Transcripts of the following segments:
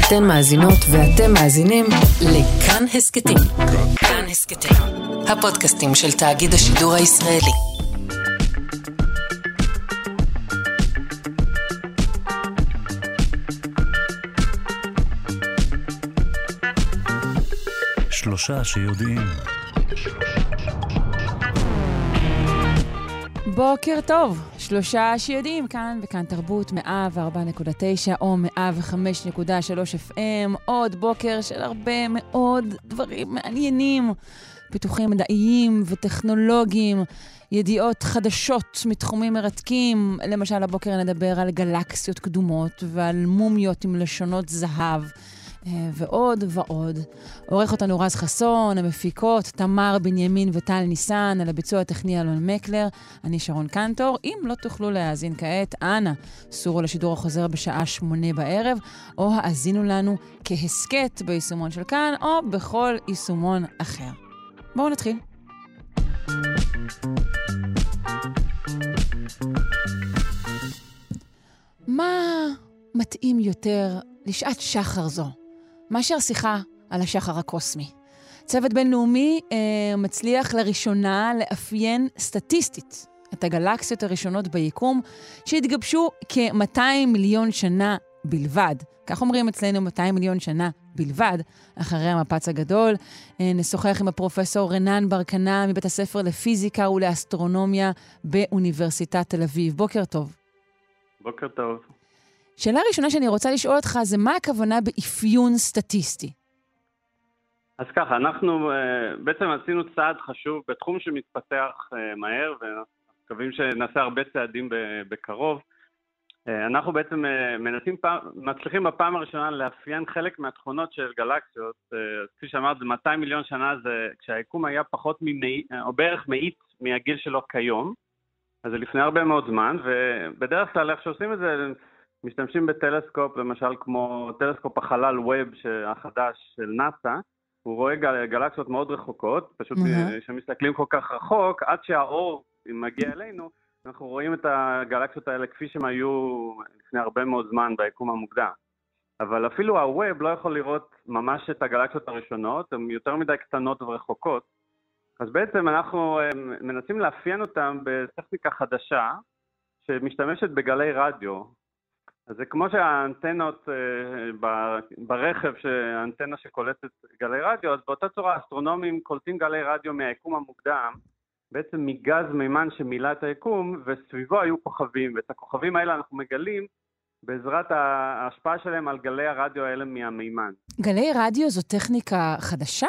אתן מאזינות ואתם מאזינים לכאן הסקטים. כאן הסקטים, הפודקאסטים של תאגיד השידור הישראלי. שלושה שיודעים. בוקר טוב, שלושה שיודעים, כאן וכאן תרבות 104.9 או 105.3 FM, עוד בוקר של הרבה מאוד דברים מעניינים, פיתוחים מדעיים וטכנולוגיים, ידיעות חדשות מתחומים מרתקים, למשל הבוקר נדבר על גלקסיות קדומות ועל מומיות עם לשונות זהב, ועוד ועוד. עורך אותנו רז חסון, המפיקות תמר בנימין וטל ניסן, על הביצוע הטכני אלון מקלר, אני שרון קנטור. אם לא תוכלו להאזין כעת, אנא סורו לשידור החוזר בשעה 8 בערב, או האזינו לנו כהסקט ביישומון של כאן, או בכל יישומון אחר. בואו נתחיל. מה מתאים יותר לשעת שחר זו מאשר שיחה על השחר הקוסמי? צוות בינלאומי מצליח לראשונה לאפיין סטטיסטית את הגלקסיות הראשונות ביקום שהתגבשו כ-200 מיליון שנה בלבד. כך אומרים אצלנו 200 מיליון שנה בלבד, אחרי המפץ הגדול. נשוחח עם הפרופסור רנן ברקנה מבית הספר לפיזיקה ולאסטרונומיה באוניברסיטת תל אביב. בוקר טוב. בוקר טוב. שאלה ראשונה שאני רוצה לשאול אותך זה מה הכוונה באפיון סטטיסטי? אז ככה, אנחנו בעצם עשינו צעד חשוב בתחום שמתפתח מהר, ומקווים שנעשה הרבה צעדים בקרוב. אנחנו בעצם מצליחים בפעם הראשונה לאפיין חלק מהתכונות של גלקסיות. כפי שאמרת, זה 200 מיליון שנה, זה כשהיקום היה פחות או בערך מאית מהגיל שלו כיום. אז זה לפני הרבה מאוד זמן, ובדרך כלל איך שעושים את זה, משתמשים בטלסקופ, למשל כמו טלסקופ החלל ווב החדש של נאסא, הוא רואה גלקסיות מאוד רחוקות, פשוט שמסתכלים כל כך רחוק, עד שהאור מגיע אלינו, אנחנו רואים את הגלקסיות האלה כפי שהם היו לפני הרבה מאוד זמן ביקום המוקדם. אבל אפילו הווב לא יכול לראות ממש את הגלקסיות הראשונות, הן יותר מדי קטנות ורחוקות, אז בעצם אנחנו מנסים לאפיין אותם בטכניקה חדשה, שמשתמשת בגלי רדיו. אז זה כמו שהאנטנות ברכב, האנטנה שקולטת גלי רדיו, אז באותה צורה האסטרונומים קולטים גלי רדיו מהיקום המוקדם, בעצם מגז מימן שמילא את היקום, וסביבו היו כוכבים, ואת הכוכבים האלה אנחנו מגלים בעזרת ההשפעה שלהם על גלי הרדיו האלה מהמימן. גלי רדיו זו טכניקה חדשה?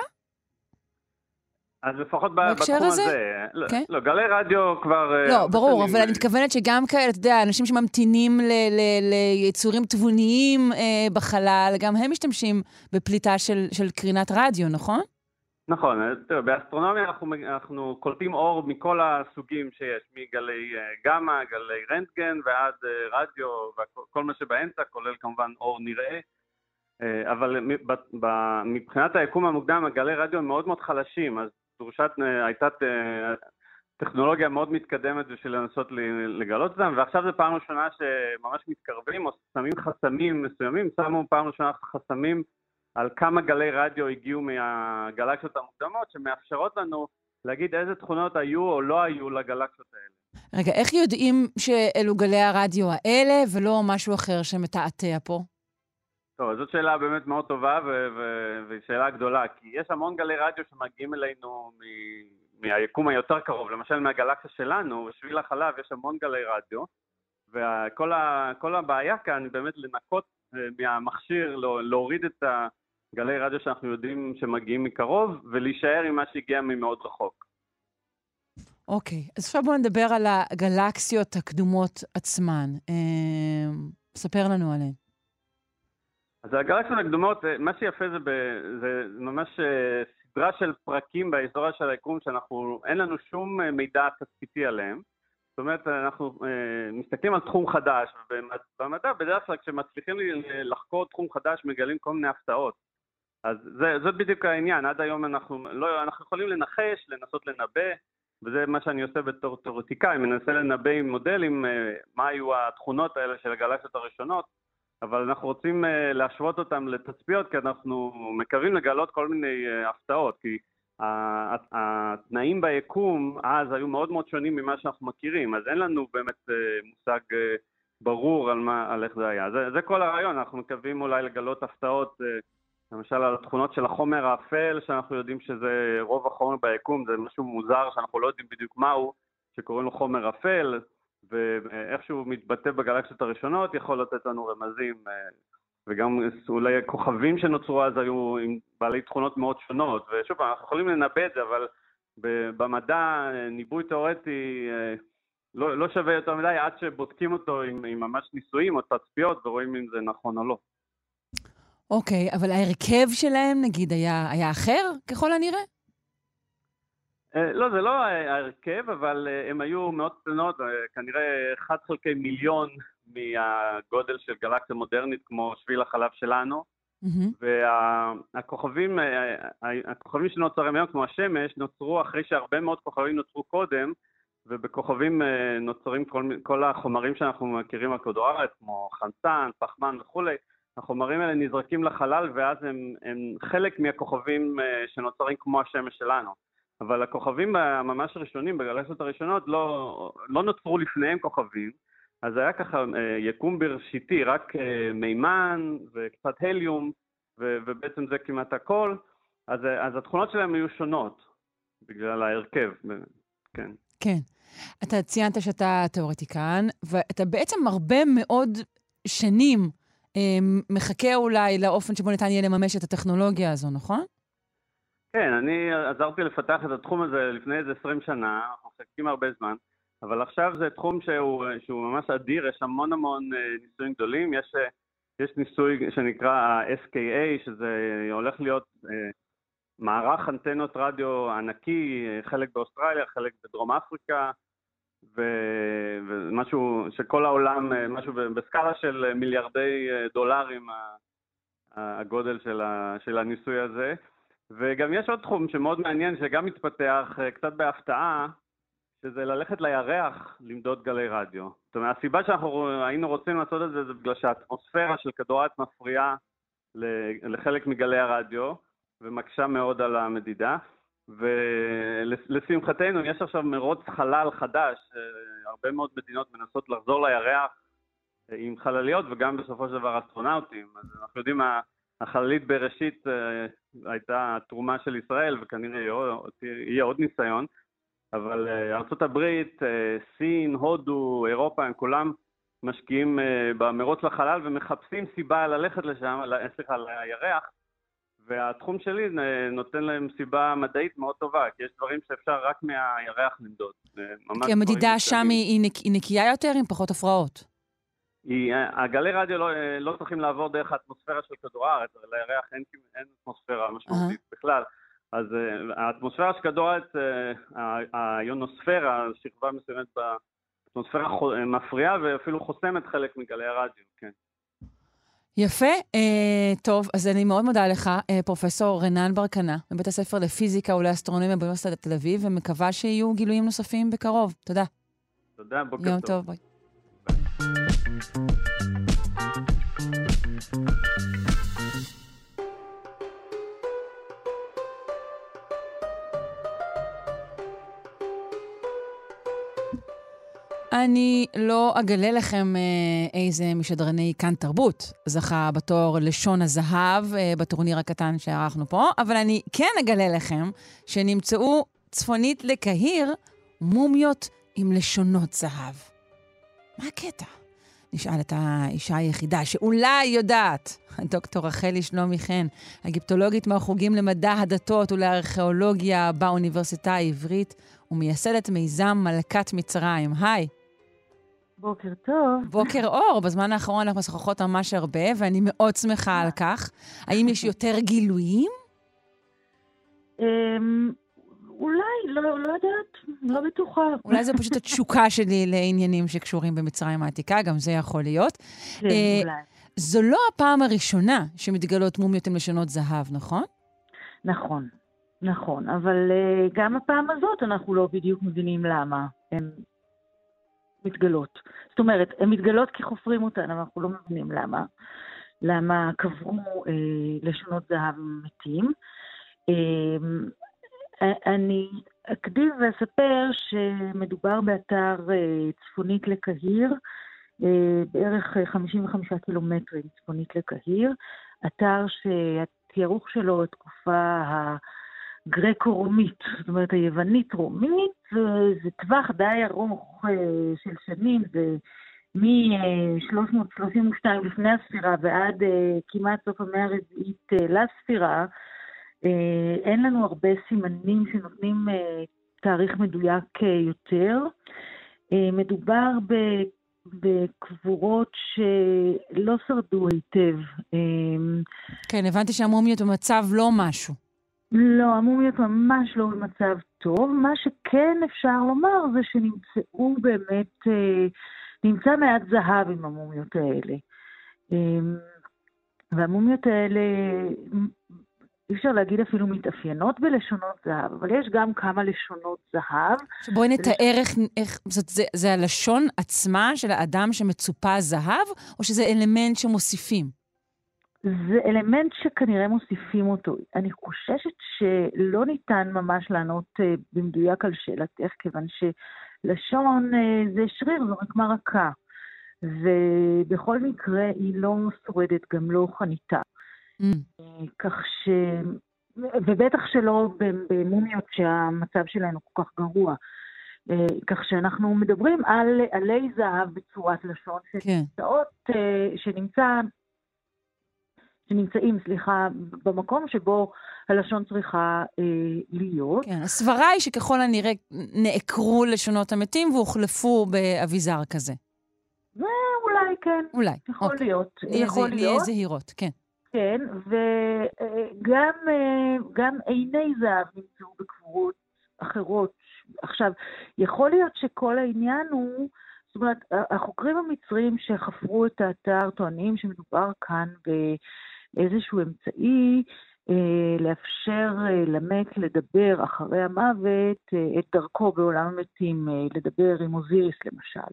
אז לפחות בתחום הזה. לא, גלי רדיו כבר... לא, ברור, אבל אני מתכוונת שגם כאלה, אתה יודע, אנשים שממתינים ליצורים תבוניים בחלל, גם הם משתמשים בפליטה של קרינת רדיו, נכון? נכון, באסטרונומיה אנחנו קולטים אור מכל הסוגים שיש, מגלי גמא, גלי רנטגן ועד רדיו, וכל מה שבאמצע, כולל כמובן אור נראה. אבל מבחינת היקום המוקדם, הגלי רדיו הם מאוד מאוד חלשים, אז הייתה טכנולוגיה מאוד מתקדמת בשביל לנסות לגלות אותם, ועכשיו זה פעם ראשונה שממש מתקרבים או שמים חסמים מסוימים, שמו פעם ראשונה חסמים על כמה גלי רדיו הגיעו מהגלקסיות המוקדמות, שמאפשרות לנו להגיד איזה תכונות היו או לא היו לגלקסיות האלה. רגע, איך יודעים שאלו גלי הרדיו האלה ולא משהו אחר שמתעתע פה? טוב, זאת שאלה באמת מאוד טובה והיא שאלה גדולה, כי יש המון גלי רדיו שמגיעים אלינו מהיקום היותר קרוב, למשל מהגלקסיה שלנו, בשביל החלב יש המון גלי רדיו, וכל הבעיה כאן היא באמת לנקות מהמכשיר, להוריד את הגלי רדיו שאנחנו יודעים שמגיעים מקרוב, ולהישאר עם מה שהגיע ממאוד רחוק. אוקיי, אז עכשיו בואו נדבר על הגלקסיות הקדומות עצמן. ספר לנו עליהן. אז הגלקסיות הקדומות, מה שיפה זה ממש סדרה של פרקים בהיסטוריה של היקום אין לנו שום מידע תצפיתי עליהם. זאת אומרת, אנחנו מסתכלים על תחום חדש, ובמדע בדרך כלל כשמצליחים לחקור תחום חדש מגלים כל מיני הפתעות. אז זאת בדיוק העניין, עד היום אנחנו יכולים לנחש, לנסות לנבא, וזה מה שאני עושה בתור תיאורטיקאי, מנסה לנבא עם מודלים מה היו התכונות האלה של הגלקסיות הראשונות, אבל אנחנו רוצים להשוות אותם לתצפיות, כי אנחנו מקווים לגלות כל מיני הפתעות, כי התנאים ביקום אז היו מאוד מאוד שונים ממה שאנחנו מכירים, אז אין לנו באמת מושג ברור על איך זה היה. זה כל הרעיון, אנחנו מקווים אולי לגלות הפתעות, למשל על התכונות של החומר האפל, שאנחנו יודעים שזה רוב החומר ביקום, זה משהו מוזר שאנחנו לא יודעים בדיוק מהו, שקוראים לו חומר אפל, ואיכשהו מתבטא בגלקסיות הראשונות יכול לתת לנו רמזים, וגם אולי כוכבים שנוצרו אז היו עם בעלי תכונות מאוד שונות, ושוב, אנחנו יכולים לנבא את זה, אבל במדע ניבוי תיאורטי לא שווה יותר מדי עד שבודקים אותו עם ממש ניסויים או תצפיות ורואים אם זה נכון או לא. אוקיי, אבל ההרכב שלהם נגיד היה אחר ככל הנראה? לא, זה לא ההרכב, אבל הם היו מאוד קטנות, כנראה 1/1,000,000 מהגודל של גלקסיה מודרנית כמו שביל החלב שלנו, והכוכבים שנוצרים היום כמו השמש נוצרו אחרי שהרבה מאוד כוכבים נוצרו קודם, ובכוכבים נוצרים כל החומרים שאנחנו מכירים על כדור הארץ, כמו חמצן, פחמן וכולי. החומרים האלה נזרקים לחלל ואז הם חלק מהכוכבים שנוצרים כמו השמש שלנו. אבל הכוכבים הממש ראשונים, בגלקסיות הראשונות, לא נוצרו לפניהם כוכבים, אז היה ככה יקום בראשיתי, רק מימן וקצת הליום, ובעצם זה כמעט הכל, אז התכונות שלהם היו שונות, בגלל ההרכב, כן. כן. אתה ציינת שאתה תיאורטיקן, ואתה בעצם הרבה מאוד שנים מחכה אולי לאופן שבו ניתן יהיה לממש את הטכנולוגיה הזו, נכון? כן, אני עזרתי לפתח את התחום הזה לפני איזה 20 שנה, אנחנו מחכים הרבה זמן, אבל עכשיו זה תחום שהוא ממש אדיר, יש המון ניסויים גדולים, יש ניסוי שנקרא SKA, שזה הולך להיות מערך אנטנות רדיו ענקי, חלק באוסטרליה, חלק בדרום אפריקה, ומשהו שכל העולם, משהו בסקאלה של מיליארדי דולרים, הגודל של הניסוי הזה. וגם יש עוד תחום שמאוד מעניין, שגם מתפתח קצת בהפתעה, שזה ללכת לירח למדוד גלי רדיו. זאת אומרת, הסיבה שאנחנו היינו רוצים לעשות את זה, זה בגלל שהאטמוספירה של כדור הארץ מפריעה לחלק מגלי הרדיו, ומקשה מאוד על המדידה. ולשמחתנו, יש עכשיו מרוץ חלל חדש, הרבה מאוד מדינות מנסות לחזור לירח עם חלליות, וגם בסופו של דבר אסטרונאוטים. אז אנחנו יודעים, החללית בראשית הייתה תרומה של ישראל, וכנראה יהיה עוד ניסיון, אבל ארצות הברית, סין, הודו, אירופה, הם כולם משקיעים במרוץ לחלל ומחפשים סיבה ללכת לשם, לירח, והתחום שלי נותן להם סיבה מדעית מאוד טובה, כי יש דברים שאפשר רק מהירח למדוד. כי המדידה שם היא נקייה יותר עם פחות הפרעות. הגלי רדיו לא צריכים לעבור דרך האטמוספירה של כדור הארץ, לירח אין אטמוספירה משמעותית בכלל. אז האטמוספירה של כדור הארץ, האיונוספירה, שכבה מסוימת באטמוספירה מפריעה ואפילו חוסמת חלק מגלי הרדיו, כן. יפה, טוב, אז אני מאוד מודה לך, פרופסור רנן ברקנה, מבית הספר לפיזיקה ולאסטרונומיה באוניברסיטת תל אביב, ומקווה שיהיו גילויים נוספים בקרוב. תודה. תודה, בוקר טוב. יום טוב, ביי. אני לא אגלה לכם איזה משדרני כאן תרבות זכה בתור לשון הזהב בטורניר הקטן שערכנו פה, אבל אני כן אגלה לכם שנמצאו צפונית לקהיר מומיות עם לשונות זהב. מה הקטע? נשאל את האישה היחידה שאולי יודעת, הדוקטור רחלי שלומי חן, אגיפטולוגית מהחוגים למדע הדתות ולארכיאולוגיה באוניברסיטה העברית, ומייסדת מיזם מלכת מצרים. היי. בוקר טוב. בוקר אור. בזמן האחרון אנחנו משוחחות ממש הרבה, ואני מאוד שמחה על כך. האם יש יותר גילויים? אולי, לא יודעת, לא בטוחה. אולי זה פשוט התשוקה שלי לעניינים שקשורים במצרים העתיקה, גם זה יכול להיות. כן, אולי. זו לא הפעם הראשונה שמתגלות מומיות עם לשונות זהב, נכון? נכון, אבל גם הפעם הזאת אנחנו לא בדיוק מבינים למה. מתגלות. זאת אומרת, הן מתגלות כי חופרים אותן, אבל אנחנו לא מבינים למה. למה קברו לשונות זהב מתים. אני אקדים ואספר שמדובר באתר צפונית לקהיר, בערך 55 קילומטרים צפונית לקהיר, אתר שהתיארוך שלו התקופה הגרקו-רומית, זאת אומרת היוונית-רומית, זה טווח די ארוך של שנים, זה מ-332 לפני הספירה ועד כמעט סוף המאה הרביעית לספירה. אין לנו הרבה סימנים שנותנים תאריך מדויק יותר. מדובר בקבורות שלא שרדו היטב. כן, הבנתי שהמומיות במצב לא משהו. לא, המומיות ממש לא במצב טוב. מה שכן אפשר לומר זה שנמצאו באמת, נמצא מעט זהב עם המומיות האלה. והמומיות האלה, אי אפשר להגיד אפילו מתאפיינות בלשונות זהב, אבל יש גם כמה לשונות זהב. בואי נתאר איך זה הלשון עצמה של האדם שמצופה זהב, או שזה אלמנט שמוסיפים? זה אלמנט שכנראה מוסיפים אותו. אני חוששת שלא ניתן ממש לענות במדויק על שאלתך, כיוון שלשון זה שריר, זו רקמה רכה. ובכל מקרה היא לא שורדת, גם לא חניתה. כך ש... ובטח שלא במומיות שהמצב שלנו כל כך גרוע. כך שאנחנו מדברים על עלי זהב בצורת לשון, שנמצאים, במקום שבו הלשון צריכה להיות. כן, הסברה היא שככל הנראה נעקרו לשונות המתים והוחלפו באביזר כזה. אולי כן. אולי. יכול להיות. נהיה זהירות, כן. כן, וגם עיני זהב נמצאו בקבורות אחרות. עכשיו, יכול להיות שכל העניין הוא, זאת אומרת, החוקרים המצרים שחפרו את האתר טוענים שמדובר כאן באיזשהו אמצעי לאפשר למת לדבר אחרי המוות את דרכו בעולם המתים, לדבר עם אוזיריס למשל.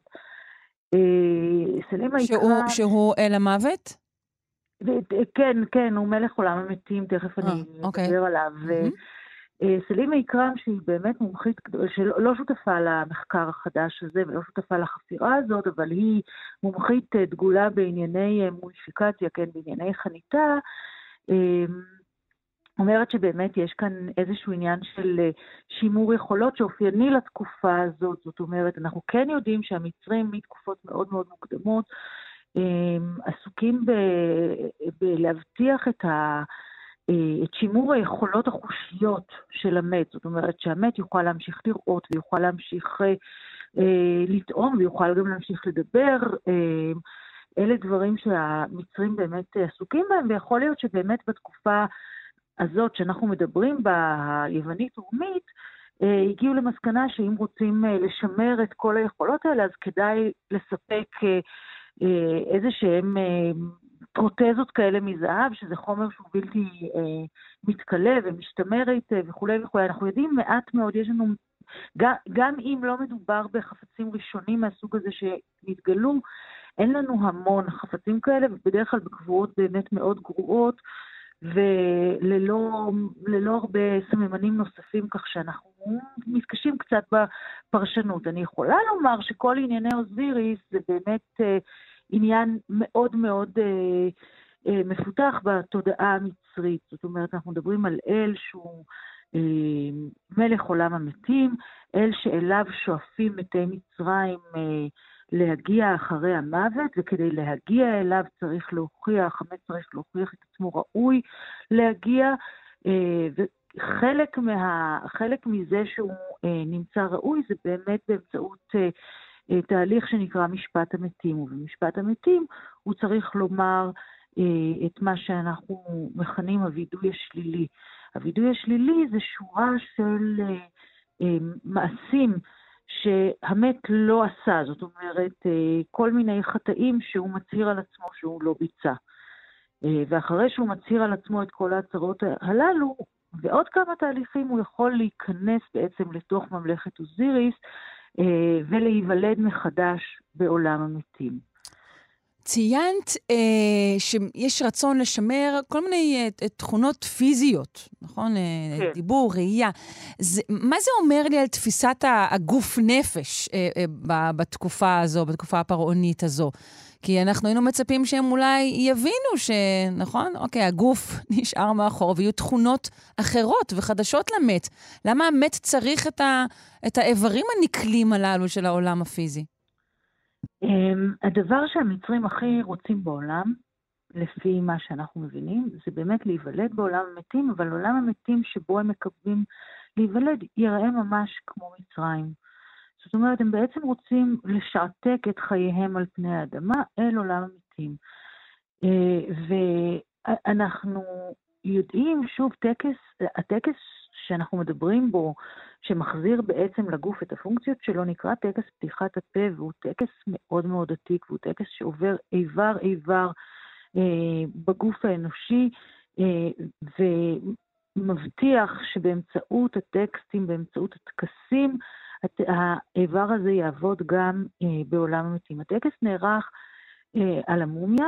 שהוא אל המוות? כן, הוא מלך עולם המתים, תכף אני אדבר עליו. סלימה איקרם, שהיא באמת מומחית, שלא שותפה למחקר החדש הזה, ולא שותפה לחפירה הזאת, אבל היא מומחית דגולה בענייני מוניפיקציה, כן, בענייני חניתה, אומרת שבאמת יש כאן איזשהו עניין של שימור יכולות שאופייני לתקופה הזאת. זאת אומרת, אנחנו כן יודעים שהמצרים מתקופות מאוד מאוד מוקדמות, עסוקים בלהבטיח את שימור היכולות החושיות של המת. זאת אומרת שהמת יוכל להמשיך לראות ויוכל להמשיך לטעום ויוכל גם להמשיך לדבר. אלה דברים שהמצרים באמת עסוקים בהם, ויכול להיות שבאמת בתקופה הזאת שאנחנו מדברים בה, היוונית רומית, הגיעו למסקנה שאם רוצים לשמר את כל היכולות האלה, אז כדאי לספק איזה שהם פרוטזות כאלה מזהב, שזה חומר שהוא בלתי מתקלה ומשתמר היטב וכו' וכו'. אנחנו יודעים מעט מאוד, יש לנו, גם אם לא מדובר בחפצים ראשונים מהסוג הזה שנתגלו, אין לנו המון חפצים כאלה, ובדרך כלל בקבורות באמת מאוד גרועות, וללא הרבה סממנים נוספים, כך שאנחנו מתקשים קצת בפרשנות. אני יכולה לומר שכל ענייני אוזיריס זה באמת עניין מאוד מאוד מפותח בתודעה המצרית. זאת אומרת, אנחנו מדברים על אל שהוא מלך עולם המתים, אל שאליו שואפים מתי מצרים להגיע אחרי המוות, וכדי להגיע אליו צריך להוכיח, המת צריך להוכיח את עצמו ראוי להגיע, וחלק מזה שהוא נמצא ראוי זה באמת באמצעות תהליך שנקרא משפט המתים, ובמשפט המתים הוא צריך לומר את מה שאנחנו מכנים הווידוי השלילי. הווידוי השלילי זה שורה של מעשים שהמת לא עשה, זאת אומרת, כל מיני חטאים שהוא מצהיר על עצמו שהוא לא ביצע. ואחרי שהוא מצהיר על עצמו את כל ההצהרות הללו, ועוד כמה תהליכים הוא יכול להיכנס בעצם לתוך ממלכת אוזיריס, ולהיוולד מחדש בעולם המתים. ציינת שיש רצון לשמר כל מיני תכונות פיזיות, נכון? כן. דיבור, ראייה. מה זה אומר לי על תפיסת הגוף נפש בתקופה הזו, בתקופה הפרעונית הזו? כי אנחנו היינו מצפים שהם אולי יבינו נכון? אוקיי, הגוף נשאר מאחור, ויהיו תכונות אחרות וחדשות למת. למה המת צריך את האיברים הנקלים הללו של העולם הפיזי? הדבר שהמצרים הכי רוצים בעולם, לפי מה שאנחנו מבינים, זה באמת להיוולד בעולם המתים, אבל עולם המתים שבו הם מקווים להיוולד ייראה ממש כמו מצרים. זאת אומרת, הם בעצם רוצים לשעתק את חייהם על פני האדמה אל עולם המתים. ואנחנו יודעים, שוב, הטקס שאנחנו מדברים בו, שמחזיר בעצם לגוף את הפונקציות שלו, נקרא טקס פתיחת הפה, והוא טקס מאוד מאוד עתיק, והוא טקס שעובר איבר בגוף האנושי, ומבטיח שבאמצעות הטקסטים, באמצעות הטקסים, האיבר הזה יעבוד גם בעולם המתים. הטקס נערך על המומיה,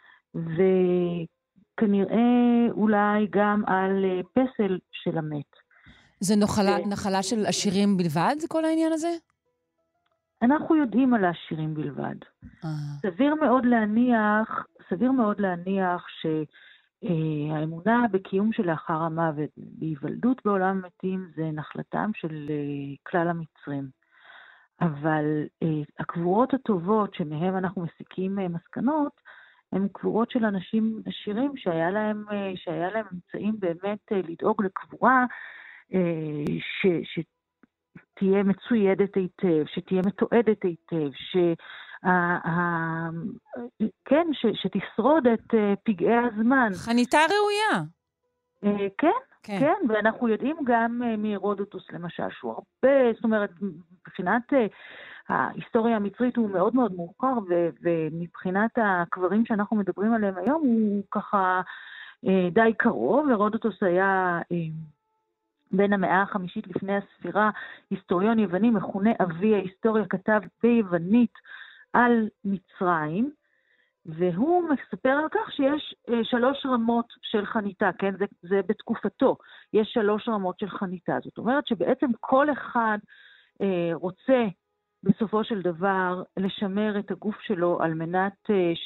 וכנראה אולי גם על פסל של המת. זה נחלה של עשירים בלבד, כל העניין הזה? אנחנו יודעים על העשירים בלבד. סביר מאוד להניח שהאמונה בקיום שלאחר המוות, בהיוולדות בעולם המתים, זה נחלתם של כלל המצרים. אבל הקבורות הטובות שמהם אנחנו מסיקים מסקנות, הן קבורות של אנשים עשירים שהיה להם אמצעים באמת לדאוג לקבורה, שתהיה מצוידת היטב, שתהיה מתועדת היטב, שתשרוד את פגעי הזמן. חניתה ראויה. כן, ואנחנו יודעים גם מהרודוטוס למשל, שהוא הרבה, זאת אומרת, מבחינת ההיסטוריה המצרית הוא מאוד מאוד מאוחר, ומבחינת הקברים שאנחנו מדברים עליהם היום, הוא ככה די קרוב, הרודוטוס היה בין המאה החמישית לפני הספירה, היסטוריון יווני מכונה אבי ההיסטוריה, כתב ביוונית על מצרים, והוא מספר על כך שיש 3 רמות של חניתה, כן? זה בתקופתו, יש 3 רמות של חניתה. זאת אומרת שבעצם כל אחד רוצה בסופו של דבר לשמר את הגוף שלו על מנת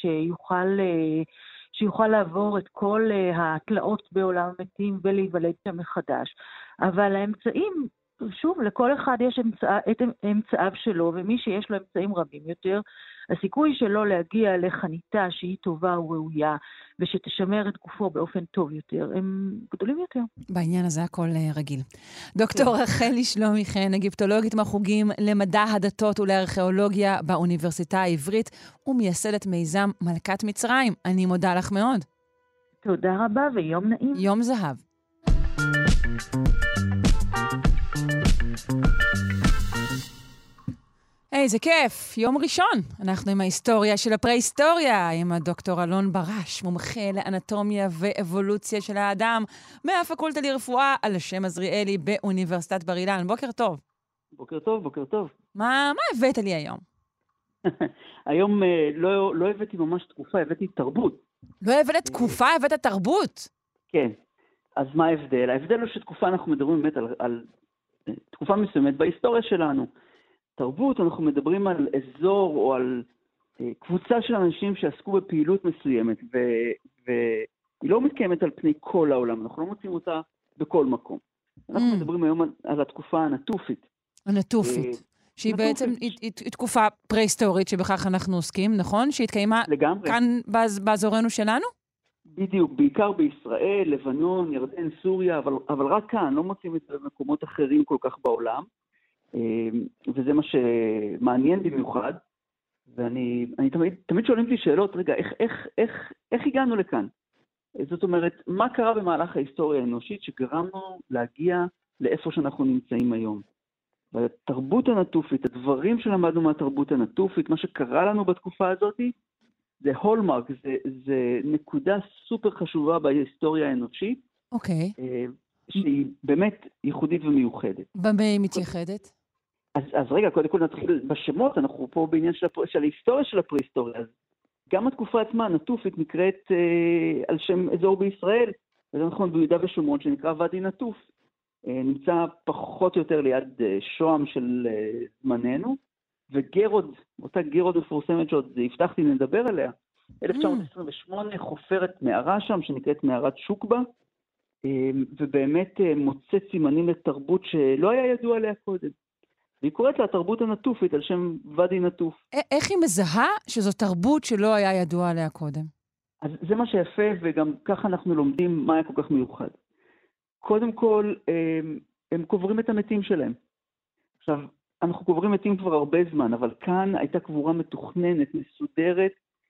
שיוכל לעבור את כל התלאות בעולם המתים ולהיוולד שם מחדש. אבל האמצעים, שוב, לכל אחד יש את אמצעיו שלו, ומי שיש לו אמצעים רבים יותר, הסיכוי שלו להגיע לחניתה שהיא טובה וראויה, ושתשמר את גופו באופן טוב יותר, הם גדולים יותר. בעניין הזה הכל רגיל. דוקטור רחלי שלומי חן, אגיפטולוגית מהחוגים למדע הדתות ולארכיאולוגיה באוניברסיטה העברית, ומייסדת מיזם מלכת מצרים. אני מודה לך מאוד. תודה רבה ויום נעים. יום זהב. איזה כיף, יום ראשון. אנחנו עם ההיסטוריה של הפרה-היסטוריה, עם הדוקטור אלון ברש, מומחה לאנטומיה ואבולוציה של האדם, מהפקולטה לרפואה על שם עזריאלי באוניברסיטת בר אילן. בוקר טוב. בוקר טוב, בוקר טוב. מה הבאת לי היום? היום לא הבאתי ממש תקופה, הבאתי תרבות. לא הבאת תקופה, הבאת תרבות? כן. אז מה ההבדל? ההבדל הוא שתקופה אנחנו מדברים באמת על תקופה מסוימת בהיסטוריה שלנו. תרבות, אנחנו מדברים על אזור או על קבוצה של אנשים שעסקו בפעילות מסוימת, והיא לא מתקיימת על פני כל העולם, אנחנו לא מוצאים אותה בכל מקום. אנחנו מדברים היום על התקופה הנטופית. הנטופית, שהיא בעצם היא תקופה פרה-היסטורית שבכך אנחנו עוסקים, נכון? שהתקיימה כאן באזורנו שלנו? בדיוק, בעיקר בישראל, לבנון, ירדן, סוריה, אבל רק כאן, לא מוצאים את זה במקומות אחרים כל כך בעולם. וזה מה שמעניין במיוחד, ואני תמיד שואלים אותי שאלות, רגע, איך הגענו לכאן? זאת אומרת, מה קרה במהלך ההיסטוריה האנושית שגרמנו להגיע לאיפה שאנחנו נמצאים היום? והתרבות הנטופית, הדברים שלמדנו מהתרבות הנטופית, מה שקרה לנו בתקופה הזאת, זה הולמרק, זה נקודה סופר חשובה בהיסטוריה האנושית, שהיא באמת ייחודית ומיוחדת. במה היא מתייחדת? אז רגע, קודם כל נתחיל בשמות, אנחנו פה בעניין של ההיסטוריה של הפרה-היסטוריה, אז גם התקופה עצמה, הנטופית, נקראת על שם אזור בישראל, וזה נכון ביהודה ושומרון, שנקרא ואדי נטוף. נמצא פחות או יותר ליד שוהם של זמננו, וגרוד, אותה גרוד מפורסמת שעוד הבטחתי לדבר עליה, 1928 חופרת מערה שם, שנקראת מערת שוקבה, ובאמת מוצאת סימנים לתרבות שלא היה ידוע עליה קודם. והיא קוראת לה התרבות הנטופית על שם ואדי נטוף. איך היא מזהה שזו תרבות שלא היה ידוע עליה קודם? אז זה מה שיפה, וגם ככה אנחנו לומדים מה היה כל כך מיוחד. קודם כל, הם קוברים את המתים שלהם. עכשיו, אנחנו קוברים מתים כבר הרבה זמן, אבל כאן הייתה קבורה מתוכננת, מסודרת,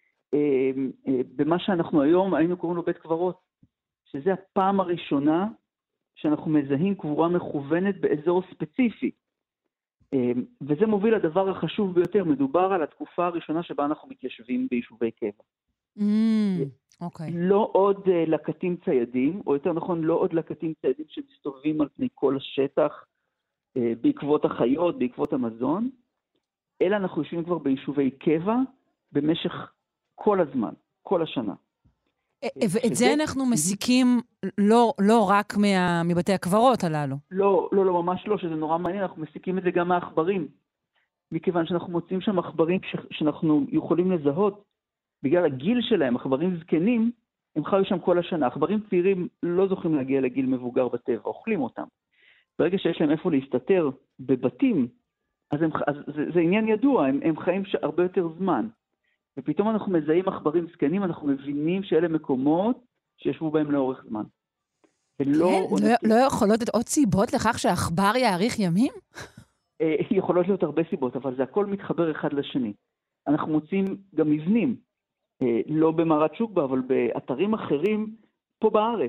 במה שאנחנו היום היינו קוראים לו בית קברות, שזה הפעם הראשונה שאנחנו מזהים קבורה מכוונת באזור ספציפי. וזה מוביל לדבר החשוב ביותר, מדובר על התקופה הראשונה שבה אנחנו מתיישבים ביישובי קבע. אוקיי. לא עוד לקטים ציידים, או יותר נכון, לא עוד לקטים ציידים שמסתובבים על פני כל השטח, בעקבות החיות, בעקבות המזון, אלא אנחנו יושבים כבר ביישובי קבע במשך כל הזמן, כל השנה. ואת זה אנחנו מסיקים לא רק מבתי הקברות הללו. לא, ממש לא, שזה נורא מעניין, אנחנו מסיקים את זה גם מהעכברים, מכיוון שאנחנו מוצאים שם עכברים שאנחנו יכולים לזהות, בגלל הגיל שלהם, עכברים זקנים, הם חיו שם כל השנה. עכברים צעירים לא זוכים להגיע לגיל מבוגר בטבע, אוכלים אותם. ברגע שיש להם איפה להסתתר בבתים, אז זה עניין ידוע, הם חיים הרבה יותר זמן. ופתאום אנחנו מזהים עכברים זקנים, אנחנו מבינים שאלה מקומות שישבו בהם לאורך זמן. לא יכולות להיות עוד סיבות לכך שהעכבר יאריך ימים? יכולות להיות הרבה סיבות, אבל זה הכל מתחבר אחד לשני. אנחנו מוצאים גם מבנים, לא במערת שוקבה, אבל באתרים אחרים פה בארץ.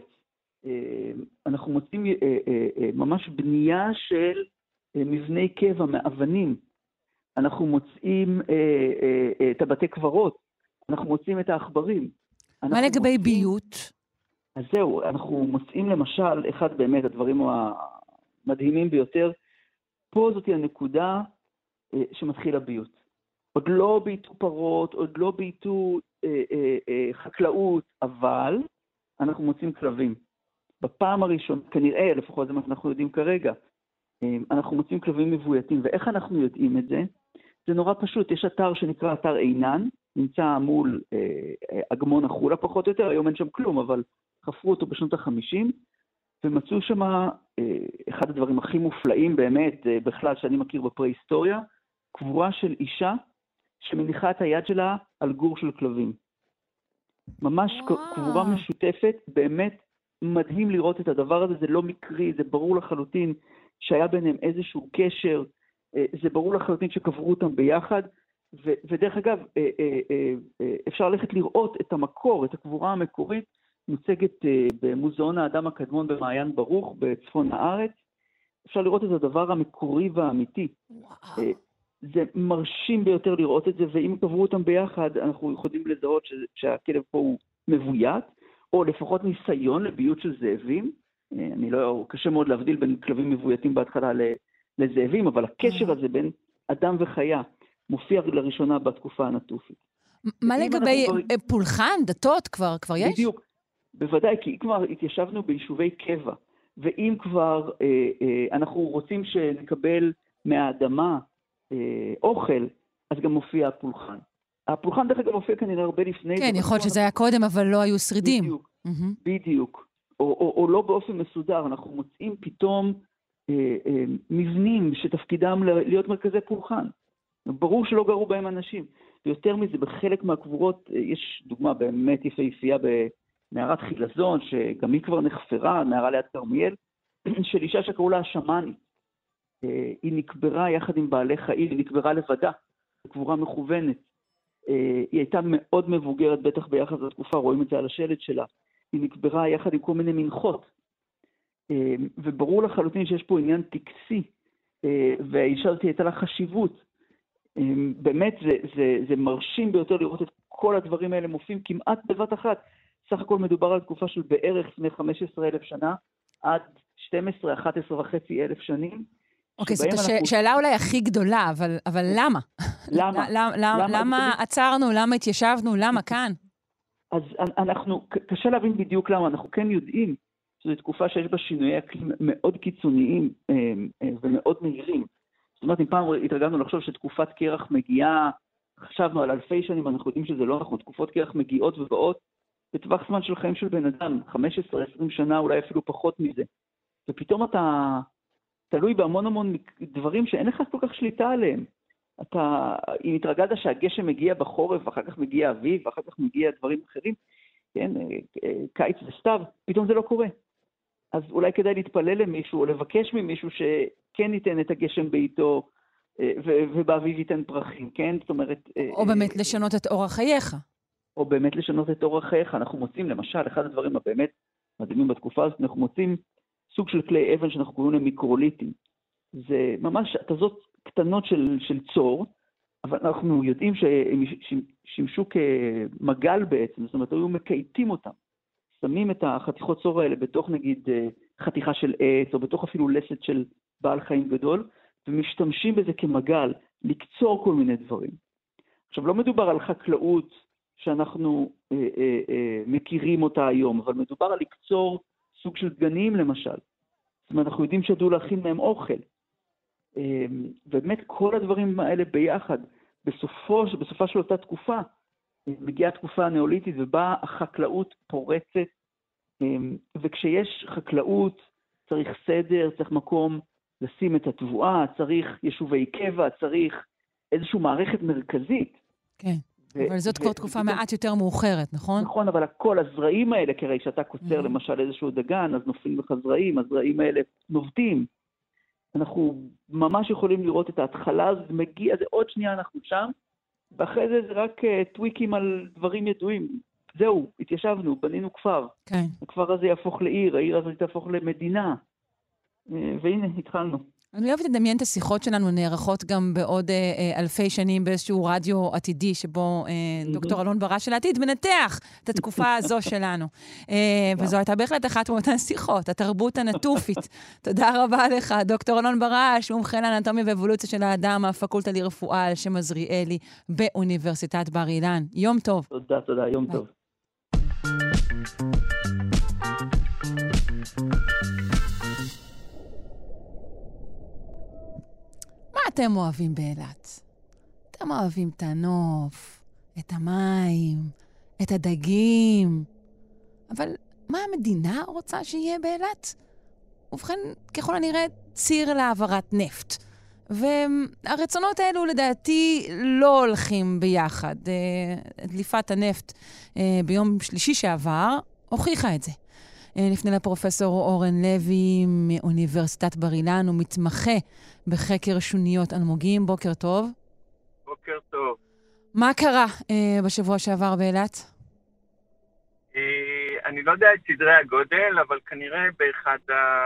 אנחנו מוצאים ממש בנייה של מבני קבע מאבנים. אנחנו מוצאים את הבתי קברות, אנחנו מוצאים את העכברים. מה לגבי ביות? אז זהו, אנחנו מוצאים למשל, אחד באמת הדברים המדהימים ביותר, פה זאת הנקודה שמתחיל הביות. עוד לא ביטו פרות, עוד לא ביטו חקלאות, אבל אנחנו מוצאים כלבים. בפעם הראשונה, כנראה, לפחות זה מה שאנחנו יודעים כרגע, אנחנו מוצאים כלבים מבויתים, ואיך אנחנו יודעים את זה? זה נורא פשוט, יש אתר שנקרא אתר עינן, נמצא מול אגמון החולה פחות או יותר, היום אין שם כלום, אבל חפרו אותו בשנות ה-50, ומצאו שם אחד הדברים הכי מופלאים באמת, בכלל שאני מכיר בפרה-היסטוריה, קבורה של אישה שמניחה את היד שלה על גור של כלבים. ממש קבורה משותפת, באמת מדהים לראות את הדבר הזה, זה לא מקרי, זה ברור לחלוטין שהיה ביניהם איזשהו קשר, זה ברור לחלוטין שקברו אותם ביחד, ודרך אגב, אפשר ללכת לראות את המקור, את הקבורה המקורית, מוצגת במוזיאון האדם הקדמון במעיין ברוך, בצפון הארץ. אפשר לראות את הדבר המקורי והאמיתי. זה מרשים ביותר לראות את זה, ואם קברו אותם ביחד, אנחנו יכולים לזהות שהכלב פה הוא מבוית, או לפחות ניסיון לביות של זאבים. קשה מאוד להבדיל בין כלבים מבויתים בהתחלה לזאבים, אבל הקשר הזה בין אדם וחיה מופיע לראשונה בתקופה הנטופית. מה לגבי פולחן, דתות כבר יש? בדיוק, בוודאי, כי כבר התיישבנו ביישובי קבע, ואם כבר אנחנו רוצים שנקבל מהאדמה אוכל, אז גם מופיע הפולחן. הפולחן דרך אגב מופיע כנראה הרבה לפני. כן, יכול להיות שזה היה קודם, אבל לא היו שרידים. בדיוק. או לא באופן מסודר, אנחנו מוצאים פתאום מבנים שתפקידם להיות מרכזי פולחן. ברור שלא גרו בהם אנשים. ויותר מזה, בחלק מהקבורות, יש דוגמה באמת יפהפייה במערת חילזון, שגם היא כבר נחפרה, מערה ליד כרמיאל, של אישה שקראו לה השמאנית. היא נקברה יחד עם בעלי חיים, היא נקברה לבדה, קבורה מכוונת. היא הייתה מאוד מבוגרת, בטח ביחד לתקופה, רואים את זה על השלט שלה. היא נקברה יחד עם כל מיני מנחות. וברור לחלוטין שיש פה עניין טקסי, והאישה הזאת הייתה לה חשיבות. באמת זה מרשים ביותר לראות את כל הדברים האלה מופיעים כמעט בבת אחת. סך הכל מדובר על תקופה של בערך לפני 15,000 שנה, עד 12-11,500 שנים, אוקיי, זאת השאלה אולי הכי גדולה, אבל למה? למה עצרנו, למה התיישבנו, למה כאן? אז קשה להבין בדיוק למה, אנחנו כן יודעים שזו תקופה שיש בה שינויי אקלים מאוד קיצוניים ומאוד מהירים. זאת אומרת, אם פעם התרגלנו לחשוב שתקופת קרח מגיעה, חשבנו על אלפי שנים, אנחנו יודעים שזה לא נכון, תקופות קרח מגיעות ובאות בטווח זמן של חיים של בן אדם, 15-20 שנה, אולי אפילו פחות מזה. ופתאום אתה תלוי בהמון דברים שאין לך כל כך שליטה עליהם. אם התרגלת שהגשם מגיע בחורף, ואחר כך מגיע אביב, ואחר כך מגיע דברים אחרים, כן, קיץ וסתיו, פתאום זה לא קורה. אז אולי כדאי להתפלל למישהו, או לבקש ממישהו שכן ייתן את הגשם בעיתו, ובאביב ייתן פרחים, כן? זאת אומרת... או באמת לשנות את אורח חייך. או באמת לשנות את אורח חייך. אנחנו מוצאים, למשל, אחד הדברים הבאמת מדהימים בתקופה הזאת, אנחנו מוצאים סוג של כלי אבן שאנחנו קוראים להם מיקרוליטים. זה ממש התזות קטנות של צור, אבל אנחנו יודעים שהם שימשו כמגל בעצם, זאת אומרת, היו מקייטים אותם. שמים את החתיכות צור האלה בתוך נגיד חתיכה של עץ, או בתוך אפילו לסת של בעל חיים גדול, ומשתמשים בזה כמגל, לקצור כל מיני דברים. עכשיו, לא מדובר על חקלאות שאנחנו מכירים אותה היום, אבל מדובר על לקצור סוג של דגנים למשל. זאת אומרת, אנחנו יודעים שידעו להכין מהם אוכל. ובאמת כל הדברים האלה ביחד, בסופה של אותה תקופה, מגיעה התקופה הנאוליתית ובה החקלאות פורצת, וכשיש חקלאות צריך סדר, צריך מקום לשים את התבואה, צריך יישובי קבע, צריך איזושהי מערכת מרכזית. כן, אבל זאת כבר תקופה מעט יותר מאוחרת, נכון? נכון, אבל הכל, הזרעים האלה, כרי שאתה קוצר למשל איזשהו דגן, אז נופלים לך זרעים, הזרעים האלה נובטים. אנחנו ממש יכולים לראות את ההתחלה, זה מגיע, זה עוד שנייה אנחנו שם, ואחרי זה רק טוויקים על דברים ידועים. זהו, התיישבנו, בנינו כפר. כן. הכפר הזה יהפוך לעיר, העיר הזאת תהפוך למדינה. והנה, התחלנו. אני אוהבת לדמיין את השיחות שלנו נערכות גם בעוד אלפי שנים באיזשהו רדיו עתידי, שבו דוקטור אלון ברש של העתיד מנתח את התקופה הזו שלנו. וזו הייתה בהחלט אחת מאותן שיחות, התרבות הנטופית. תודה רבה לך, דוקטור אלון ברש, מומחה לאנטומיה ואבולוציה של האדם, הפקולטה לרפואה על שם עזריאלי באוניברסיטת בר אילן. יום טוב. תודה, יום טוב. מה אתם אוהבים באילת? אתם אוהבים את הנוף, את המים, את הדגים. אבל מה המדינה רוצה שיהיה באילת? ובכן, ככל הנראה, ציר להעברת נפט. והרצונות האלו לדעתי לא הולכים ביחד. דליפת הנפט ביום שלישי שעבר הוכיחה את זה. נפנה לפרופסור אורן לוי מאוניברסיטת בר אילן, הוא מתמחה בחקר שוניות אלמוגים. בוקר טוב. בוקר טוב. מה קרה בשבוע שעבר באילת? אני לא יודע את סדרי הגודל, אבל כנראה באחד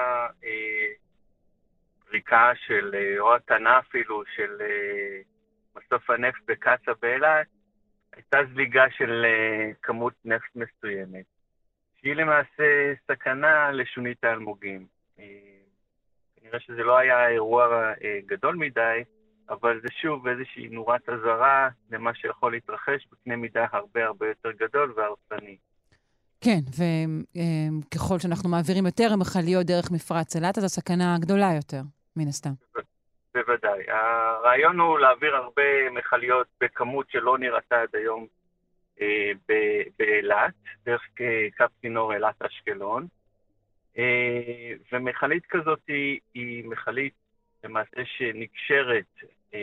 הפריקה של, או התנה אפילו, של מסוף הנפט בקצה באילת, הייתה זליגה של כמות נפט מסוימת. שהיא למעשה סכנה לשונית האלמוגים. כנראה שזה לא היה אירוע גדול מדי, אבל זה שוב איזושהי נורת אזהרה למה שיכול להתרחש בקנה מידה הרבה הרבה יותר גדול והרסני. כן, וככל שאנחנו מעבירים יותר מכליות דרך מפרץ אילת, אז הסכנה גדולה יותר, מן הסתם. בוודאי. הרעיון הוא להעביר הרבה מכליות בכמות שלא נראתה עד היום באילת, דרך קו צינור אילת אשקלון. ומכלית כזאת היא מכלית למעשה שנקשרת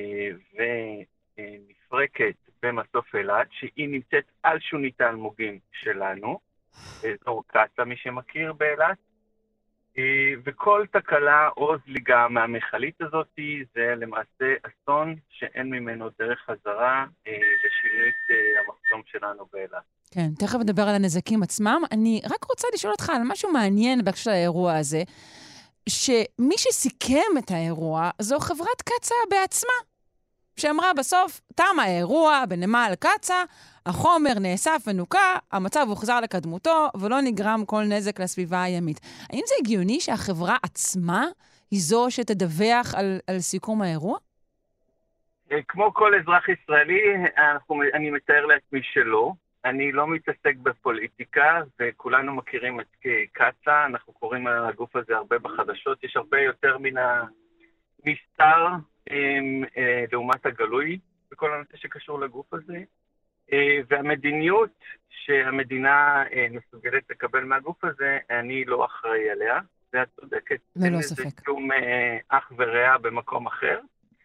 ונפרקת במסוף אילת, שהיא נמצאת על שונית האלמוגים שלנו, באזור קצה, מי שמכיר באילת. וכל תקלה או זליגה מהמכלית הזאת זה למעשה אסון שאין ממנו דרך חזרה לשינוי המחסום שלנו באילת. כן, תכף נדבר על הנזקים עצמם. אני רק רוצה לשאול אותך על משהו מעניין בהקשר של האירוע הזה, שמי שסיכם את האירוע זו חברת קצה בעצמה. שאמרה בסוף, תם האירוע בנמל קצה, החומר נאסף ונוקה, המצב הוחזר לקדמותו, ולא נגרם כל נזק לסביבה הימית. האם זה הגיוני שהחברה עצמה היא זו שתדווח על סיכום האירוע? כמו כל אזרח ישראלי, אני מתאר לעצמי שלא. אני לא מתעסק בפוליטיקה, וכולנו מכירים את קצה, אנחנו קוראים על הגוף הזה הרבה בחדשות, יש הרבה יותר מן המסתר לעומת הגלוי בכל הנושא שקשור לגוף הזה, והמדיניות שהמדינה מסוגלת לקבל מהגוף הזה, אני לא אחראי עליה, זה את צודקת. ללא ספק. זה שום אח ורע במקום אחר.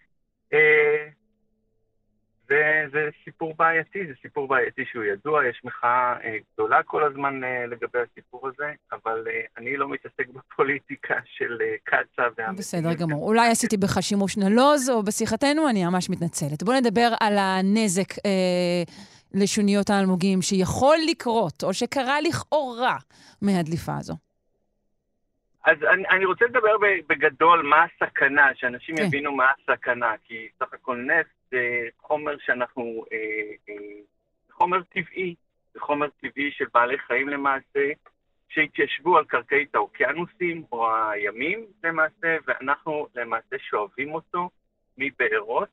זה סיפור בעייתי, זה סיפור בעייתי שהוא ידוע, יש מחאה גדולה כל הזמן לגבי הסיפור הזה, אבל אני לא מתעסק בפוליטיקה של קצה. בסדר גמור. אולי עשיתי בך שימוש נלוז, או בשיחתנו, אני ממש מתנצלת. בואו נדבר על הנזק לשוניות האלמוגים שיכול לקרות, או שקרה לכאורה מהדליפה הזו. אז אני רוצה לדבר בגדול מה הסכנה, שאנשים יבינו מה הסכנה, כי סך הכל נפט זה חומר שאנחנו, חומר טבעי, זה חומר טבעי של בעלי חיים למעשה, שהתיישבו על קרקעית האוקיינוסים או הימים למעשה, ואנחנו למעשה שואבים אותו מבארות,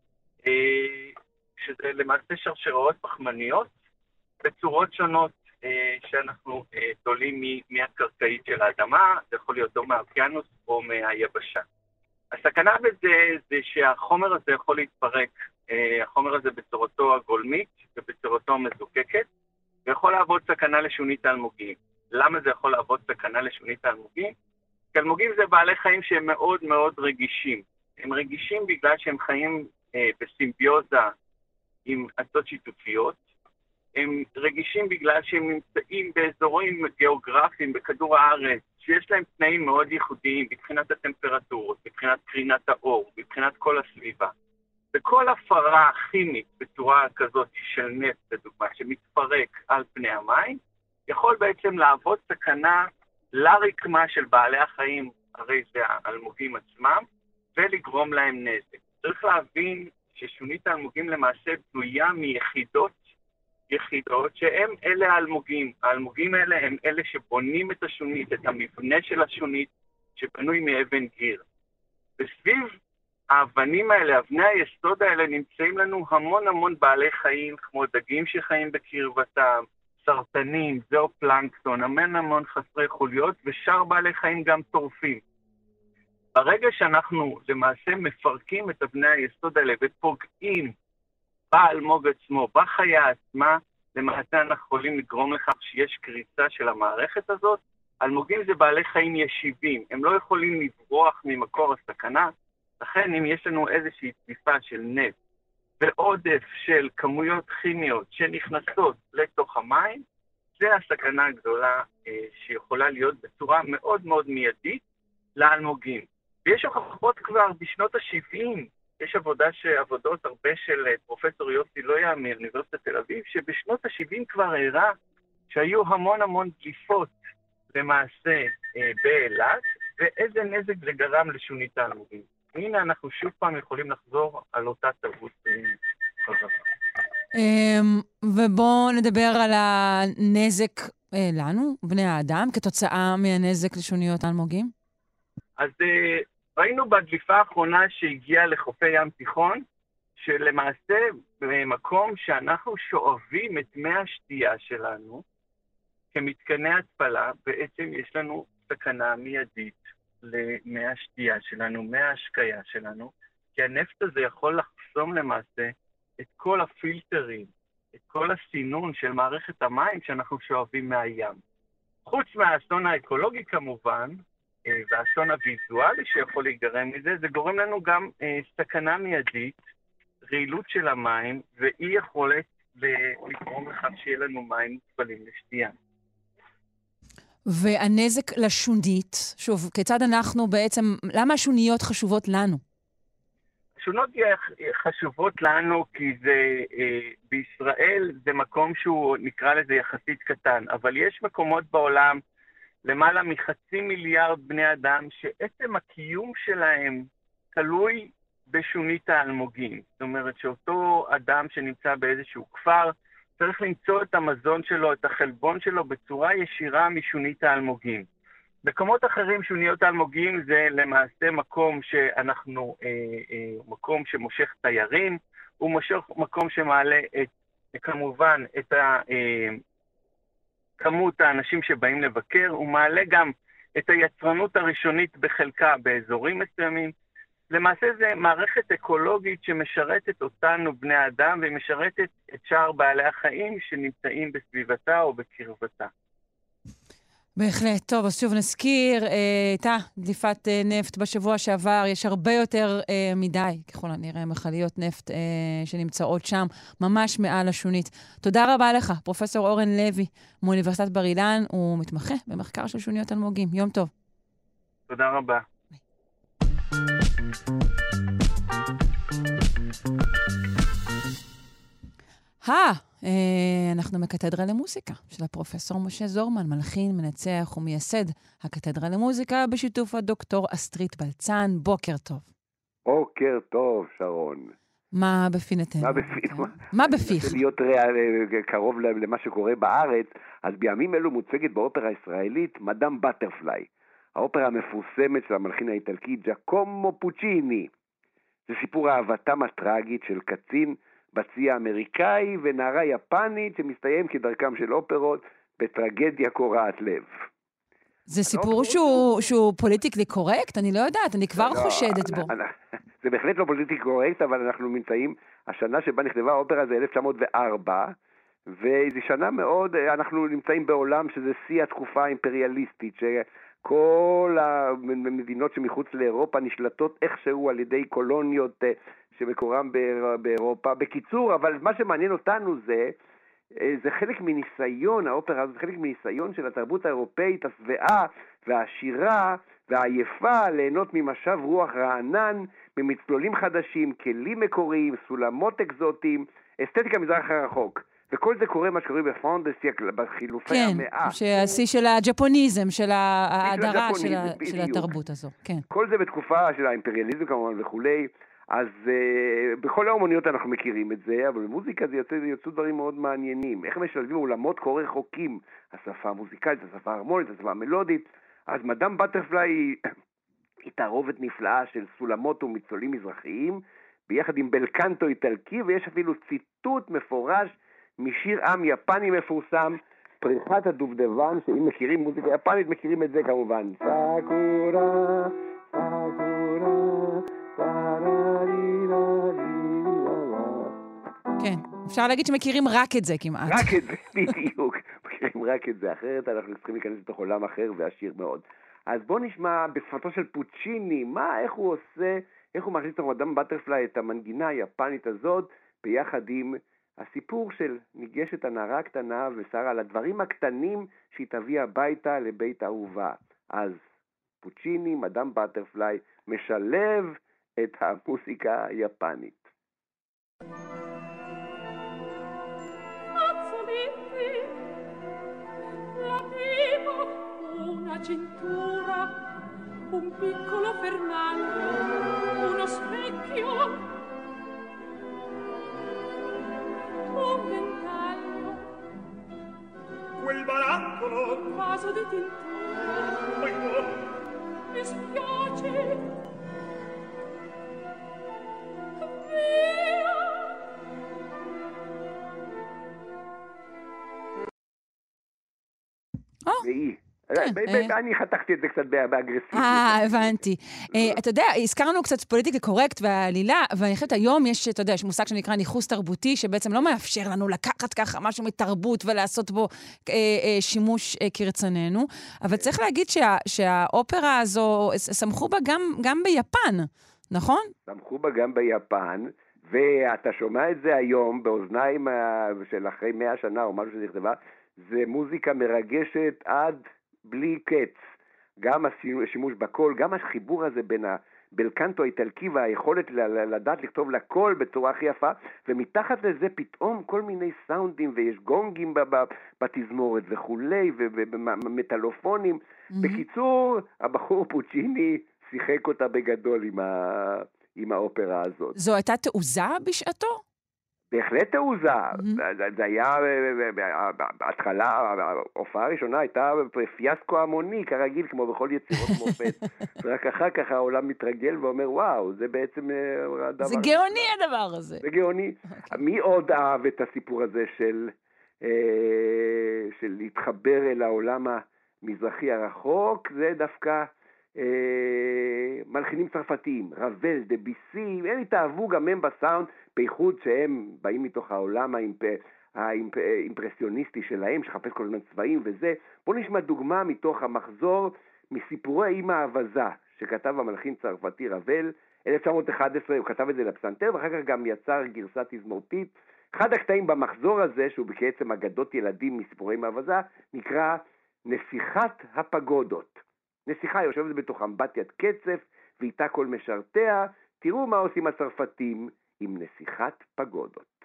שזה למעשה שרשראות פחמניות בצורות שונות, שאנחנו תולים מהקרקעית של האדמה, זה יכול להיות או מהאוקיינוס או מהיבשה. הסכנה בזה זה שהחומר הזה יכול להתפרק, החומר הזה בצורתו הגולמית ובצורתו המזוקקת, ויכול להוות סכנה לשונית האלמוגים. למה זה יכול להוות סכנה לשונית האלמוגים? כי אלמוגים זה בעלי חיים שהם מאוד מאוד רגישים. הם רגישים בגלל שהם חיים בסימביוזה עם עצות שיתופיות, הם רגישים בגלל שהם נמצאים באזורים גיאוגרפיים בכדור הארץ, שיש להם תנאים מאוד ייחודיים מבחינת הטמפרטורות, מבחינת קרינת האור, מבחינת כל הסביבה. וכל הפרה כימית בצורה כזאת של נפט, לדוגמה, שמתפרק על פני המים, יכול בעצם להוות סכנה לרקמה של בעלי החיים, הרי זה האלמוגים עצמם, ולגרום להם נזק. צריך להבין ששונית האלמוגים למעשה בנויה מיחידות שהם אלה האלמוגים. האלמוגים האלה הם אלה שבונים את השונית, את המבנה של השונית, שבנוי מאבן גיר. וסביב האבנים האלה, אבני היסוד האלה, נמצאים לנו המון המון בעלי חיים, כמו דגים שחיים בקרבתם, סרטנים, זואופלנקטון, המון חסרי חוליות, ושאר בעלי חיים גם טורפים. ברגע שאנחנו למעשה מפרקים את אבני היסוד האלה ופוגעים באלמוג עצמו, בחיה עצמה, למעשה אנחנו יכולים לגרום לכך שיש קריסה של המערכת הזאת. אלמוגים זה בעלי חיים ישיבים, הם לא יכולים לברוח ממקור הסכנה, לכן אם יש לנו איזושהי דליפה של נפט ועודף של כמויות כימיות שנכנסות לתוך המים, זה הסכנה הגדולה שיכולה להיות בצורה מאוד מאוד מיידית לאלמוגים. ויש הוכחות כבר בשנות ה-70, יש עבודות הרבה של פרופסור יוסי לויה מאוניברסיטת תל אביב, שבשנות ה-70 כבר הראה שהיו המון דליפות למעשה באילת, ואיזה נזק זה גרם לשונית האלמוגים. הנה אנחנו שוב פעם יכולים לחזור על אותה טעות חזרה. ובואו נדבר על הנזק לנו, בני האדם, כתוצאה מהנזק לשוניות האלמוגים. אז ראינו בדליפה האחרונה שהגיעה לחופי ים תיכון, שלמעשה במקום שאנחנו שואבים את מי השתייה שלנו, כמתקני התפלה, בעצם יש לנו סכנה מיידית למי השתייה שלנו, מי ההשקיה שלנו, כי הנפט הזה יכול לחסום למעשה את כל הפילטרים, את כל הסינון של מערכת המים שאנחנו שואבים מהים. חוץ מהאסון האקולוגי כמובן, והאסון הוויזואלי שיכול להיגרם מזה, זה גורם לנו גם סכנה מיידית, רעילות של המים, ואי יכולת לגרום לכך שיהיה לנו מים מותפלים לשתייה. והנזק לשונית, שוב, כיצד אנחנו בעצם, למה השוניות חשובות לנו? השונות חשובות לנו כי בישראל זה מקום שהוא נקרא לזה יחסית קטן, אבל יש מקומות בעולם, למעלה מ500 מיליארד בני אדם, שעצם הקיום שלהם תלוי בשונית האלמוגים. זאת אומרת שאותו אדם שנמצא באיזשהו כפר, צריך למצוא את המזון שלו, את החלבון שלו, בצורה ישירה משונית האלמוגים. מקומות אחרים, שוניות האלמוגים זה למעשה מקום שאנחנו, מקום שמושך תיירים, הוא מושך מקום שמעלה כמובן את כמות האנשים שבאים לבקר, הוא מעלה גם את היצרנות הראשונית בחלקה באזורים מסוימים. למעשה זה מערכת אקולוגית שמשרתת אותנו בני האדם, ומשרתת את שאר בעלי החיים שנמצאים בסביבתה או בקרבתה. בהחלט. טוב, אז שוב נזכיר, הייתה דליפת נפט בשבוע שעבר, יש הרבה יותר מדי, ככל הנראה, מכליות נפט שנמצאות שם, ממש מעל השונית. תודה רבה לך, פרופסור אורן לוי, מאוניברסיטת בר אילן, הוא מתמחה במחקר של שוניות אלמוגים. יום טוב. תודה רבה. אנחנו מקתדרה למוזיקה של הפרופסור משה זורמן, מלחין, מנצח ומייסד הקתדרה למוזיקה בשיתוף הדוקטור אסטרית בלצן. בוקר טוב. בוקר טוב, שרון. מה בפינתנו? מה בפיך? להיות קרוב למה שקורה בארץ, אז בימים אלו מוצגת באופרה הישראלית מדאם בטרפליי, האופרה המפורסמת של המלחין האיטלקי ג'קומו פוצ'יני. זה סיפור אהבתם הטרגית של קצין בצי האמריקאי ונערה יפנית שמסתיים כדרכם של אופרות בטרגדיה קורעת לב. זה סיפור שהוא פוליטיקלי קורקט? אני לא יודעת, אני כבר חושדת בו. זה בהחלט לא פוליטיקלי קורקט, אבל אנחנו נמצאים, השנה שבה נכתבה האופרה זה 1904, וזו שנה מאוד, אנחנו נמצאים בעולם שזה שיא התקופה האימפריאליסטית, שכל המדינות שמחוץ לאירופה נשלטות איכשהו על ידי קולוניות שמקורם באירופה. בקיצור, אבל מה שמעניין אותנו זה חלק מניסיון, האופרה הזאת, חלק מניסיון של התרבות האירופאית, השבעה והעשירה והעייפה, ליהנות ממשב רוח רענן, ממצלולים חדשים, כלים מקוריים, סולמות אקזוטיים, אסתטיקה מזרח הרחוק. וכל זה קורה מה שקורה בפרנדסיה, בחילופי המאה. כן, שהשיא של הג'פוניזם, של ההדרה של התרבות הזו. כן. כל זה בתקופה של האימפריאליזם כמובן וכולי. אז בכל האומנויות אנחנו מכירים את זה, אבל במוזיקה זה יוצאו דברים מאוד מעניינים. איך משלבים עולמות כה רחוקים, השפה המוזיקלית, השפה ההרמונית, השפה המלודית. אז מדאם בטרפליי היא תערובת נפלאה של סולמות ומצלולים מזרחיים, ביחד עם בלקנטו איטלקי, ויש אפילו ציטוט מפורש משיר עם יפני מפורסם, פריחת הדובדבן, שאם מכירים מוזיקה יפנית, מכירים את זה כמובן. סאקורה, סאקורה, כן, אפשר להגיד שמכירים רק את זה כמעט. רק את זה, בדיוק. מכירים רק את זה, אחרת אנחנו צריכים להיכנס לתוך עולם אחר ועשיר מאוד. אז בוא נשמע בשפתו של פוצ'יני, איך הוא עושה, איך הוא מכניס לתוך מדאם בטרפליי את המנגינה היפנית הזאת, ביחד עם הסיפור של ניגשת הנערה הקטנה ושרה על הדברים הקטנים שהיא תביא הביתה לבית אהובה. אז פוצ'יני, מדאם בטרפליי, משלב את המוזיקה היפנית. Una cintura, un piccolo Fernando, uno specchio, un ventaglio, quel barattolo, un vaso di tintura. Poi no, mi spiace. אני חתכתי את זה קצת באגרסיביות. הבנתי. אתה יודע, הזכרנו קצת פוליטיקלי קורקט והעלילה, ואני חושבת היום יש, אתה יודע, יש מושג שנקרא ניחוס תרבותי, שבעצם לא מאפשר לנו לקחת ככה משהו מתרבות ולעשות בו שימוש כרצוננו, אבל צריך להגיד שהאופרה הזו, שמחו בה גם ביפן, נכון? שמחו בה גם ביפן, ואתה שומע את זה היום באוזניים של אחרי 100 שנה או משהו שנכתבה, זה מוזיקה מרגשת עד בלי קץ. גם השימוש בקול, גם החיבור הזה בין הבלקנטו האיטלקי והיכולת לדעת לכתוב לקול בצורה הכי יפה, ומתחת לזה פתאום כל מיני סאונדים, ויש גונגים בתזמורת וכולי, ומטלופונים. בקיצור, הבחור פוצ'יני שיחק אותה בגדול עם האופרה הזאת. זו הייתה תעוזה בשעתו? בהחלט תעוזה. זה היה, בהתחלה, ההופעה הראשונה הייתה פיאסקו המוני, כרגיל, כמו בכל יצירות מופת. רק אחר כך העולם מתרגל ואומר, וואו, זה בעצם הדבר. זה גאוני הדבר הזה. זה גאוני. מי עוד אהב את הסיפור הזה של להתחבר אל העולם המזרחי הרחוק? זה דווקא מלחינים צרפתיים, רבל, דביסי, הם התאהבו גם הם בסאונד, בייחוד שהם באים מתוך העולם האימפרסיוניסטי שלהם, שחפש כל מיני צבעים וזה. בואו נשמע דוגמה מתוך המחזור מסיפורי אמא האווזה, שכתב המלחין צרפתי רבל, 1911, הוא כתב את זה לפסנתר, ואחר כך גם יצר גרסה תזמורתית. אחד הקטעים במחזור הזה, שהוא בעצם אגדות ילדים מסיפורי אמא האווזה, נקרא נסיכת הפגודות. נסיכה יושבת בתוך אמבטיית קצף, ואיתה כל משרתיה. תראו מה עושים הצרפתים עם נסיכת פגודות.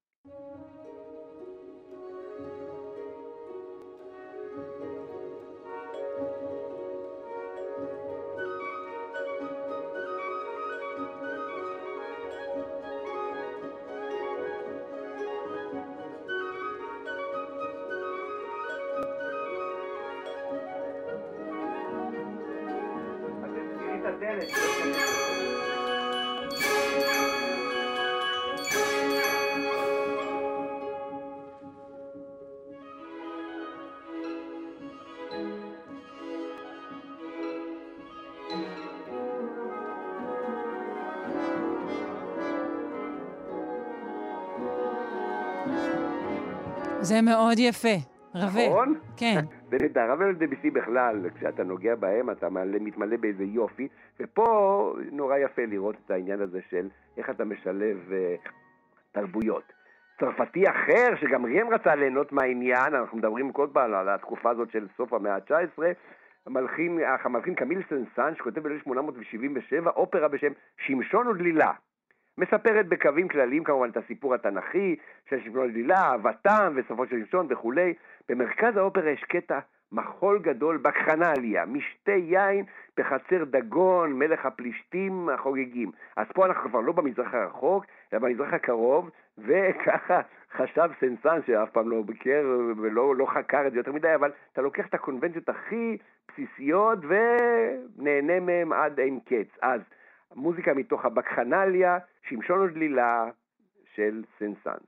זה מאוד יפה, רבל. נכון? כן. רבל דביסי בכלל, כשאתה נוגע בהם, אתה מתמלא באיזה יופי, ופה נורא יפה לראות את העניין הזה של איך אתה משלב תרבויות. צרפתי אחר, שגם רiem רצה ליהנות מהעניין, אנחנו מדברים כל פעם על התקופה הזאת של סוף המאה ה-19, המלחין קמיל סן-סאן, שכותב ב-1877, אופרה בשם שמשון ודלילה. מספרת בקווים כלליים כמובן את הסיפור התנ"כי של שמשון ודלילה, אהבתם וסופו של שמשון וכולי. במרכז האופרה יש קטע מחול גדול בקחנליה, משתה יין בחצר דגון, מלך הפלישתים החוגגים. אז פה אנחנו כבר לא במזרח הרחוק, אלא במזרח הקרוב, וככה חשב סנסן שאף פעם לא ביקר ולא חקר את זה יותר מדי, אבל אתה לוקח את הקונבנציות הכי בסיסיות ונהנה מהם עד אין קץ. אז מוזיקה מתוך הבקחנליה, שמשון ודלילה של סנסנס.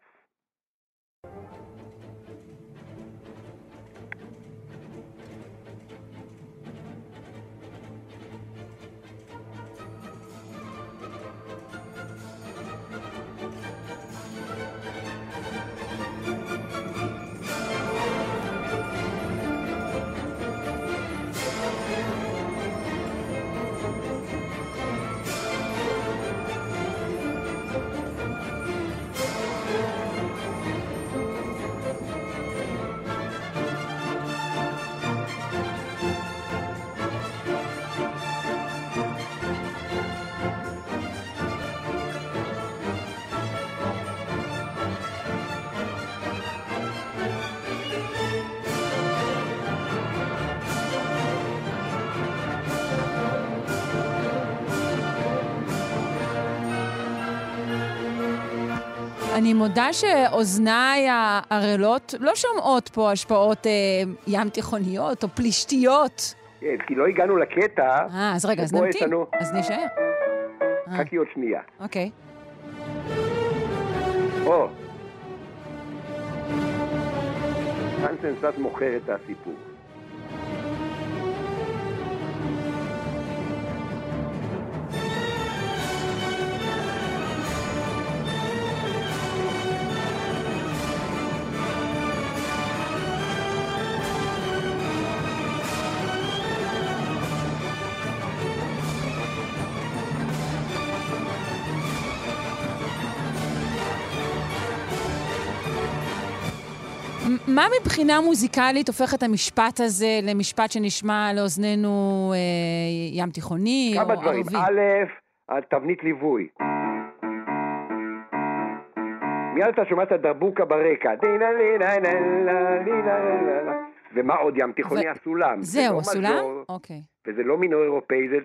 אני מודה שאוזניי הערלות לא שומעות פה השפעות ים תיכוניות או פלישתיות. כן, כי לא הגענו לקטע. אז רגע, אז נמתין. אז נשאר. חכי עוד שנייה. אוקיי. סנסנס מוכר את הסיפור. מה מבחינה מוזיקלית הופך את המשפט הזה למשפט שנשמע לאוזנינו ים תיכוני או ערבי? כמה דברים. א', תבנית ליווי. מיד אתה שומע את הדרבוקה ברקע. ומה עוד? ים תיכוני הסולם. זהו, הסולם? אוקיי. וזה לא מינו אירופאי, זה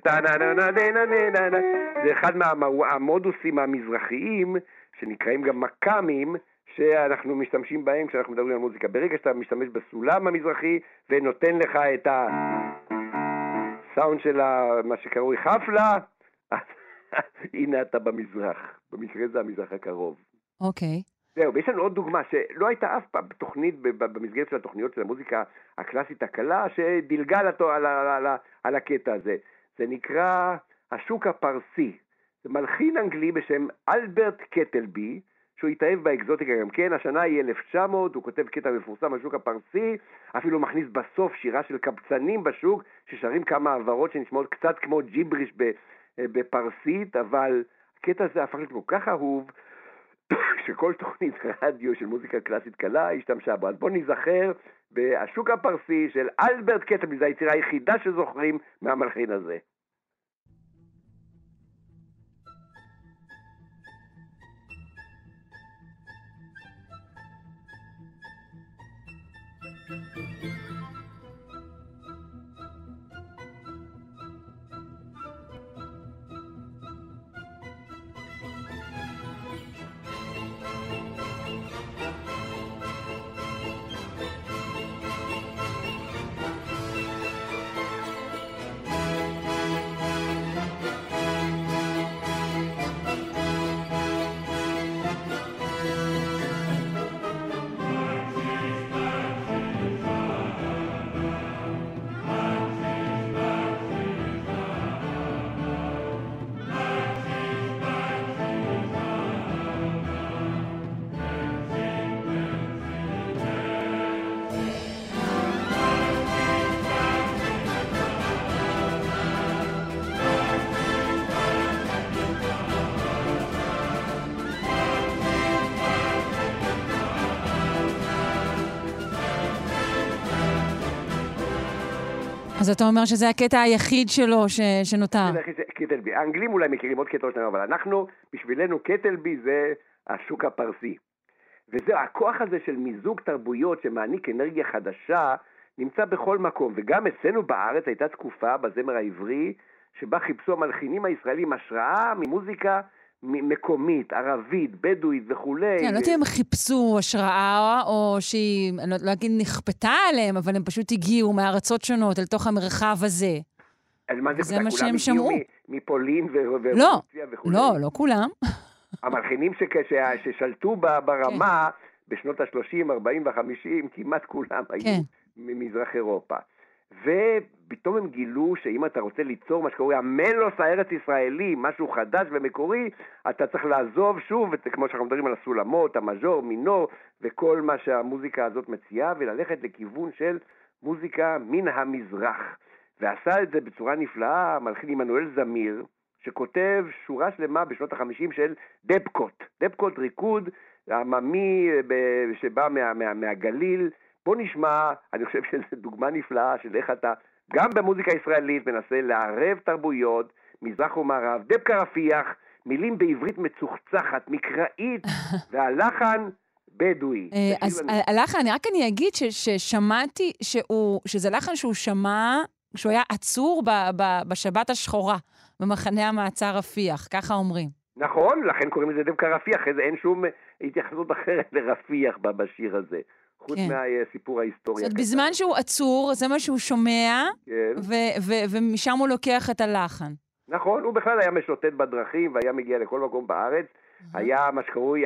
זה אחד מהמודוסים המזרחיים, שנקראים גם מקאמים, שאנחנו משתמשים בהם כשאנחנו מדברים על מוזיקה. ברגע שאתה משתמש בסולם המזרחי, ונותן לך את הסאונד של מה שקרוי חפלה, הנה אתה במזרח. במקרה זה המזרח הקרוב. אוקיי. זהו, ויש לנו עוד דוגמה שלא הייתה אף פעם תוכנית במסגרת של התוכניות של המוזיקה הקלאסית הקלה, שדילגה על הקטע הזה. זה נקרא השוק הפרסי. זה מלחין אנגלי בשם אלברט קטלבי, שהוא התאהב באקזוטיקה גם כן. השנה היא 1900, הוא כותב קטע מפורסם על השוק הפרסי, אפילו מכניס בסוף שירה של קבצנים בשוק, ששרים כמה עברות שנשמעות קצת כמו ג'יבריש בפרסית, אבל הקטע הזה הפך להיות כל כך אהוב, שכל תוכנית רדיו של מוזיקה קלאסית קלה השתמשה בו. אז בוא נזכר בהשוק הפרסי של אלברט קטלבי, זו היצירה היחידה שזוכרים מהמלחין הזה. אז אתה אומר שזה הקטע היחיד שלו שנותר. קטלבי. האנגלים אולי מכירים עוד קטע שלנו, אבל אנחנו, בשבילנו קטלבי זה השוק הפרסי. וזה הכוח הזה של מיזוג תרבויות שמעניק אנרגיה חדשה, נמצא בכל מקום. וגם אצלנו בארץ הייתה תקופה בזמר העברי, שבה חיפשו המלחינים הישראלים השראה ממוזיקה מקומית, ערבית, בדואית וכו'. כן, לא תהיה הם חיפשו השראה, או שהיא, אני לא אגיד נכפתה עליהם, אבל הם פשוט הגיעו מארצות שונות אל תוך המרחב הזה. זה מה שהם שמעו. מפולין ורוסיה וכו'. לא כולם. המלחינים ששלטו ברמה בשנות ה-30, 40 ו-50, כמעט כולם היו ממזרח אירופה. ופתאום הם גילו שאם אתה רוצה ליצור מה שקוראים המלוס הארץ ישראלי, משהו חדש ומקורי, אתה צריך לעזוב שוב, כמו שאנחנו מדברים על הסולמות, המז'ור, מינור, וכל מה שהמוזיקה הזאת מציעה, וללכת לכיוון של מוזיקה מן המזרח. ועשה את זה בצורה נפלאה המלחין עמנואל זמיר, שכותב שורה שלמה בשנות ה-50 של דבקות. דבקות ריקוד עממי שבא מהגליל. בוא נשמע, אני חושב שזו דוגמה נפלאה של איך אתה, גם במוזיקה הישראלית, מנסה לערב תרבויות, מזרח ומערב, דבקה רפיח, מילים בעברית מצוחצחת, מקראית, והלחן בדואי. אז הלחן, אני אגיד ששמעתי שזה לחן שהוא שמע, שהוא היה עצור בשבת השחורה, במחנה המעצר רפיח, ככה אומרים. נכון, לכן קוראים לזה דבקה רפיח, אין שום התייחסות אחרת לרפיח בשיר הזה. חוץ מהסיפור ההיסטורי. זאת בזמן שהוא עצור, זה מה שהוא שומע, ומשם הוא לוקח את הלחן. נכון, הוא בכלל היה משוטט בדרכים, והיה מגיע לכל מקום בארץ. היה מה שקרוי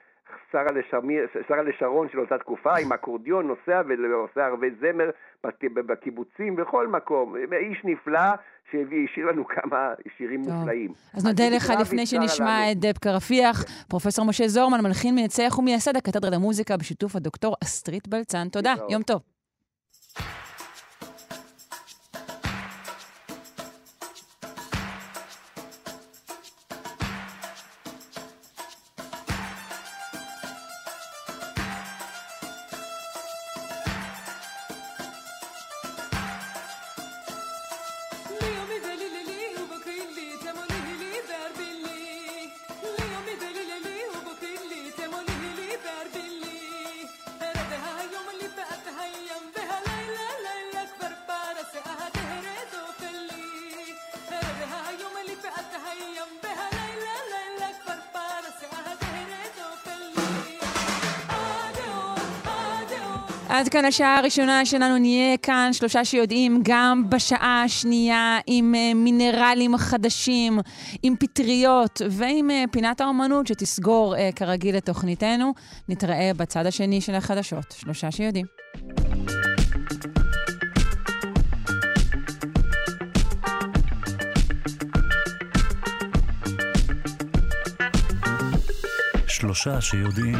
שרה לשרון של אותה תקופה, עם אקורדיון, נוסע ועושה ערבי זמר בקיבוצים, בכל מקום. איש נפלא שהשאיר לנו כמה שירים מופלאים. אז נודה לך לפני שנשמע את דבקה רפיח, פרופסור משה זורמן, מלחין מייצח ומייסד הקתדרה למוזיקה בשיתוף הדוקטור אסטרית בלצן. תודה, יום טוב. Hey, עד כאן השעה הראשונה שלנו, נהיה כאן 3 שיודעים גם בשעה השנייה עם מינרלים חדשים, עם פטריות ועם פינת האומנות שתסגור כרגיל את תוכניתנו. נתראה בצד השני של החדשות. 3 שיודעים. שלושה שיודעים.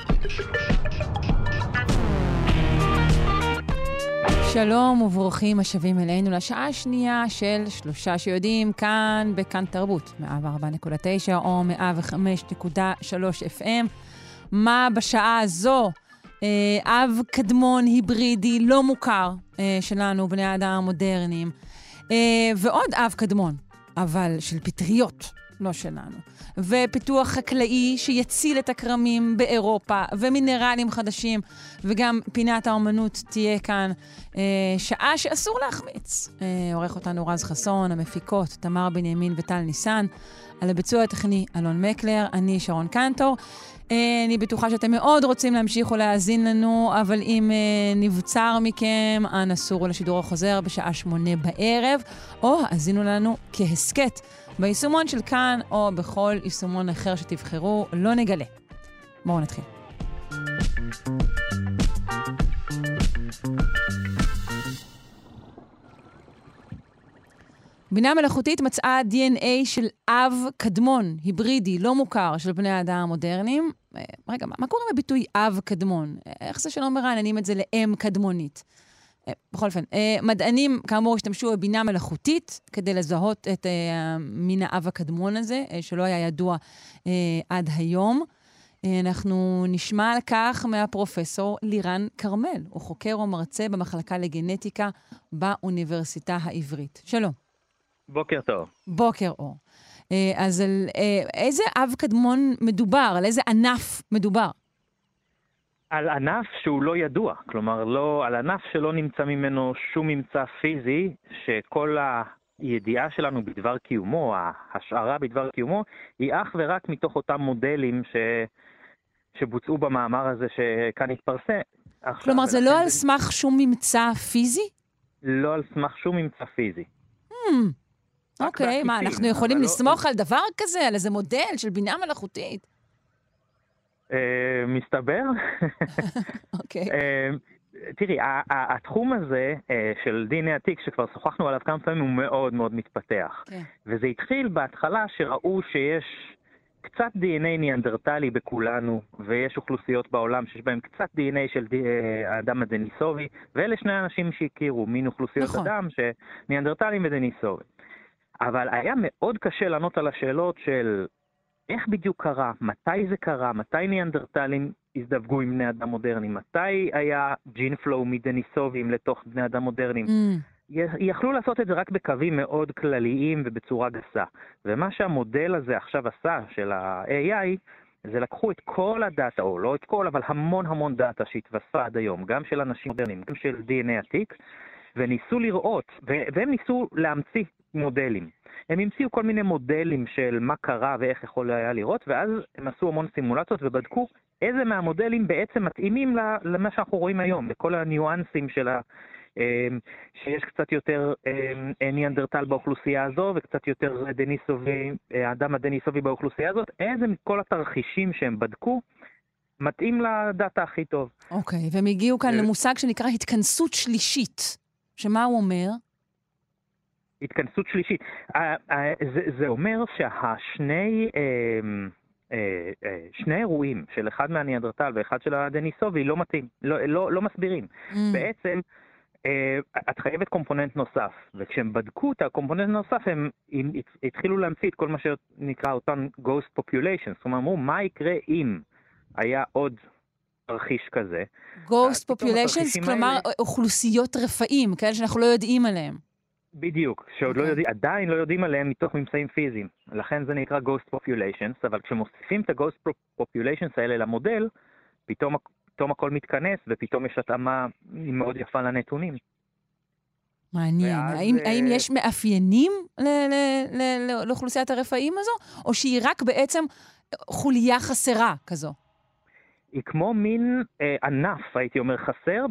שלום וברוכים השבים אלינו לשעה השנייה של 3 שיודעים כאן בכאן תרבות, 104.9 או 105.3 FM. מה בשעה הזו? אב קדמון היברידי לא מוכר שלנו, בני האדם המודרניים. ועוד אב קדמון, אבל של פטריות, לא שלנו. ופיתוח חקלאי שיציל את הקרמים באירופה, ומינרלים חדשים, וגם פינת האומנות תהיה כאן שעה שאסור להחמיץ. עורך אותנו רז חסון, המפיקות תמר בנימין וטל ניסן, על הביצוע הטכני אלון מקלר, אני שרון קנטור. אני בטוחה שאתם מאוד רוצים להמשיך ולהאזין לנו, אבל אם נבצר מכם, אנא סורו לשידור החוזר בשעה 8 בערב, או האזינו לנו כהסקט ביישומון של כאן, או בכל יישומון אחר שתבחרו, לא נגלה. בואו נתחיל. בינה מלאכותית מצאה DNA של אב קדמון, היברידי, לא מוכר, של בני האדם המודרניים. רגע, מה קורה בביטוי אב קדמון? איך זה שלא מרעננים את זה לאם קדמונית? בכל אופן, מדענים כאמור השתמשו בבינה מלאכותית כדי לזהות את מין האב הקדמון הזה, שלא היה ידוע עד היום. אנחנו נשמע על כך מהפרופסור לירן קרמל, הוא חוקר ומרצה במחלקה לגנטיקה באוניברסיטה העברית. שלום. בוקר טוב. בוקר אור. אז על איזה אב קדמון מדובר? על איזה ענף מדובר? על ענף שהוא לא ידוע, כלומר לא, על ענף שלא נמצא ממנו שום ממצא פיזי, שכל הידיעה שלנו בדבר קיומו, ההשערה בדבר קיומו, היא אך ורק מתוך אותם מודלים שבוצעו במאמר הזה שכאן התפרסם. כלומר זה לא על סמך שום ממצא פיזי? לא על סמך שום ממצא פיזי. אוקיי, מה, אנחנו יכולים לסמוך על דבר כזה, על איזה מודל של בינה מלאכותית? מסתבר. אוקיי. תראי, התחום הזה של DNA עתיק, שכבר שוחחנו עליו כמה פעמים, הוא מאוד מאוד מתפתח. וזה התחיל בהתחלה שראו שיש קצת DNA ניאנדרטלי בכולנו, ויש אוכלוסיות בעולם שיש בהם קצת DNA של האדם הדניסובי, ואלה שני אנשים שהכירו, מין אוכלוסיות אדם שניאנדרטלים ודניסובי. אבל היה מאוד קשה לענות על השאלות של איך בדיוק קרה, מתי זה קרה, מתי ניאנדרטלים הזדווגו עם בני אדם מודרניים, מתי היה ג'ין פלואו מדניסובים לתוך בני אדם מודרניים. יכלו לעשות את זה רק בקווים מאוד כלליים ובצורה גסה. ומה שהמודל הזה עכשיו עשה, של ה-AI, זה לקחו את כל הדאטה, או לא את כל, אבל המון דאטה שהתווספה עד היום, גם של אנשים מודרניים, גם של DNA עתיק, וניסו לראות, והם ניסו להמציא מודלים. הם המציאו כל מיני מודלים של מה קרה ואיך יכול היה לראות, ואז הם עשו המון סימולציות ובדקו איזה מהמודלים בעצם מתאימים למה שאנחנו רואים היום, לכל הניואנסים של שיש קצת יותר ניאנדרטל באוכלוסייה הזו, וקצת יותר דניסובי, האדם הדניסובי באוכלוסייה הזאת, איזה מכל התרחישים שהם בדקו, מתאים לדאטה הכי טוב. אוקיי, והם הגיעו כאן למושג שנקרא התכנסות שלישית, שמה הוא אומר? התכנסות שלישית. זה אומר שהשני שני אירועים של אחד מהניאנדרטל ואחד של הדניסובי לא מתאים, לא מסבירים. בעצם את חייבת קומפוננט נוסף, וכשהם בדקו את הקומפוננט נוסף, הם התחילו להמציא את כל מה שנקרא אותן ghost populations, זאת אומרת, אמרו, מה יקרה אם היה עוד תרחיש כזה? ghost populations, כלומר אוכלוסיות רפאים, כאלה שאנחנו לא יודעים עליהם. בדיוק, שעוד לא יודעים, עדיין לא יודעים עליהם מתוך ממצאים פיזיים. לכן זה נקרא ghost populations, אבל כשמוסיפים את ה-ghost populations האלה למודל, פתאום הכל מתכנס, ופתאום יש התאמה מאוד יפה לנתונים. מעניין. האם יש מאפיינים לאוכלוסיית הרפאים הזו, או שהיא רק בעצם חוליה חסרה כזו? היא כמו מין ענף, הייתי אומר, חסר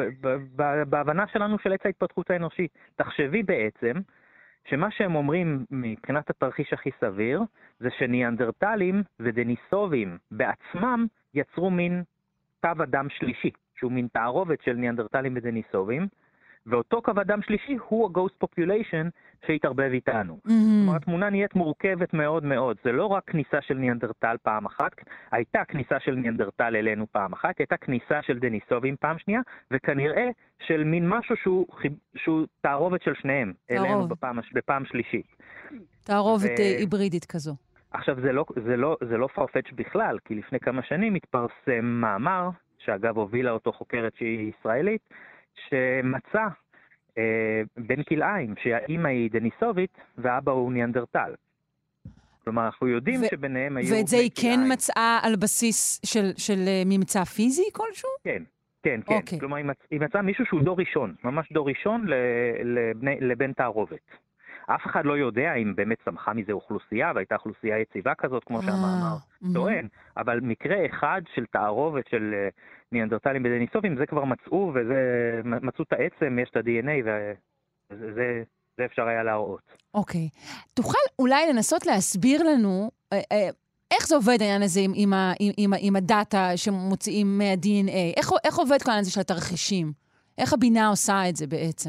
בהבנה שלנו של עץ ההתפתחות האנושית. תחשבי בעצם שמה שהם אומרים מבחינת התרחיש הכי סביר, זה שניאנדרטלים ודניסובים בעצמם יצרו מין קו אדם שלישי, שהוא מין תערובת של ניאנדרטלים ודניסובים, ואותו קו אדם שלישי הוא ה-ghost population שהתערבב איתנו. כלומר, התמונה נהיית מורכבת מאוד מאוד. זה לא רק כניסה של ניאנדרטל פעם אחת, הייתה כניסה של ניאנדרטל אלינו פעם אחת, הייתה כניסה של דניסובים פעם שנייה, וכנראה של מין משהו שהוא תערובת של שניהם, אלינו בפעם שלישית. תערובת היברידית כזו. עכשיו, זה לא farfetch בכלל, כי לפני כמה שנים התפרסם מאמר, שאגב הובילה אותו חוקרת שהיא ישראלית, שמצא בין כלאיים, שהאמא היא דניסובית והאבא הוא ניאנדרטל. כלומר, אנחנו יודעים שביניהם היו... ואת זה היא כן מצאה על בסיס של ממצא פיזי כלשהו? כן, כן, כן. Okay. כלומר, היא מצאה מישהו שהוא דור ראשון, ממש דור ראשון לבן תערובת. אף אחד לא יודע אם באמת צמחה מזה אוכלוסייה, והייתה אוכלוסייה יציבה כזאת, כמו שהמאמר טוען, אבל מקרה אחד של תערובת של ניאנדרטלים בדניסובים, זה כבר מצאו, מצאו את העצם, יש את ה-DNA, וזה אפשר היה להראות. אוקיי. תוכל אולי לנסות להסביר לנו איך זה עובד העניין הזה עם הדאטה שמוציאים מה-DNA? איך עובד כל העניין הזה של התרחישים? איך הבינה עושה את זה בעצם?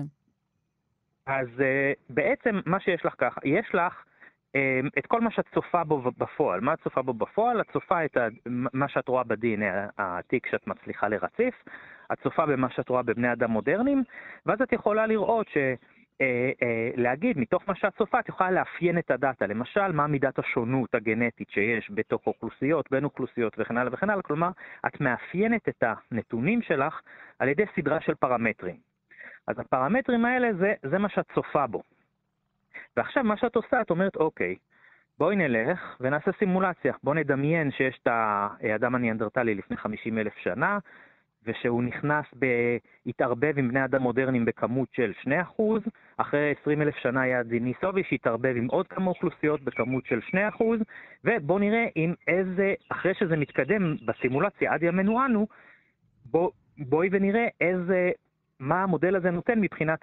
אז בעצם מה שיש לך ככה, יש לך את כל מה שאת צופה בו בפועל. מה את צופה בו בפועל? את צופה את מה שאת רואה ב-DNA העתיק שאת מצליחה לרציף, את צופה במה שאת רואה בבני אדם מודרניים, ואז את יכולה לראות להגיד, מתוך מה שאת צופה, את יכולה לאפיין את הדאטה. למשל, מה מידת השונות הגנטית שיש בתוך אוכלוסיות, בין אוכלוסיות וכן הלאה וכן הלאה. כלומר, את מאפיינת את הנתונים שלך על ידי סדרה של פרמטרים. אז הפרמטרים האלה זה מה שאת צופה בו. ועכשיו מה שאת עושה, את אומרת, אוקיי, בואי נלך ונעשה סימולציה. בוא נדמיין שיש את האדם הניאנדרטלי לפני 50,000 שנה, ושהוא נכנס התערבב עם בני אדם מודרניים בכמות של 2%, אחרי 20,000 שנה היה דניסובי שהתערבב עם עוד כמה אוכלוסיות בכמות של 2%, ובוא נראה עם אחרי שזה מתקדם בסימולציה עד ימינו אנו, בואי ונראה מה המודל הזה נותן מבחינת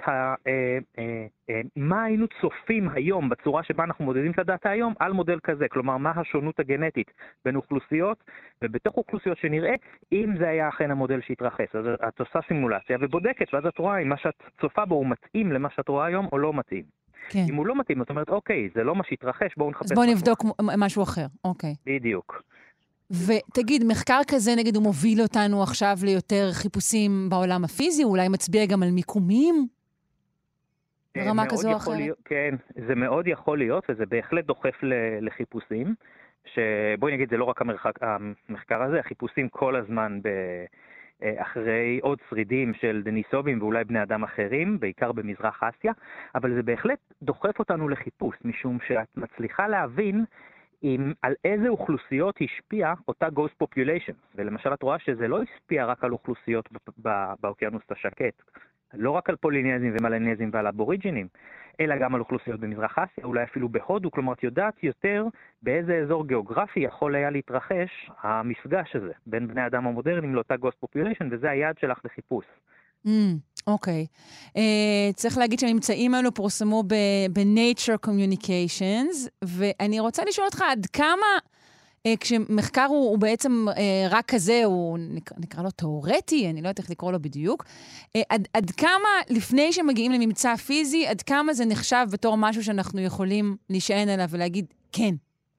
מה היינו צופים היום בצורה שבה אנחנו מודדים את הדאטה היום על מודל כזה. כלומר, מה השונות הגנטית בין אוכלוסיות, ובתוך אוכלוסיות שנראה אם זה היה אכן המודל שהתרחש. אז את עושה סימולציה ובודקת, ואז את רואה אם מה שאת צופה בו הוא מתאים למה שאת רואה היום או לא מתאים. כן. אם הוא לא מתאים, זאת אומרת, אוקיי, זה לא מה שהתרחש, בואו נחפש. אז בואו נבדוק משהו אחר, אוקיי. בדיוק. ותגיד, מחקר כזה נגיד הוא מוביל אותנו עכשיו ליותר חיפושים בעולם הפיזי, אולי מצביע גם על מיקומים? ברמה כזו או אחרת? כן, זה מאוד יכול להיות, וזה בהחלט דוחף לחיפושים, שבואי נגיד, זה לא רק המחקר הזה, החיפושים כל הזמן אחרי עוד שרידים של דניסובים ואולי בני אדם אחרים, בעיקר במזרח אסיה, אבל זה בהחלט דוחף אותנו לחיפוש, משום שאת מצליחה להבין על איזה אוכלוסיות השפיעה אותה ghost population. ולמשל את רואה שזה לא השפיע רק על אוכלוסיות באוקיינוס השקט, לא רק על פולינזים ומלנזים ועל אבוריג'ינים, אלא גם על אוכלוסיות במזרח אסיה, אולי אפילו בהודו. כלומר, את יודעת יותר באיזה אזור גיאוגרפי יכול היה להתרחש המפגש הזה בין בני אדם המודרניים לאותה ghost population, וזה היעד שלך לחיפוש. אוקיי. צריך להגיד שהממצאים האלו פורסמו ב-Nature Communications, ואני רוצה לשאול אותך עד כמה, כשמחקר הוא בעצם רק כזה, הוא נקרא לו תיאורטי, אני לא יודעת איך לקרוא לו בדיוק, עד כמה לפני שמגיעים לממצא פיזי, עד כמה זה נחשב בתור משהו שאנחנו יכולים להישען עליו ולהגיד כן?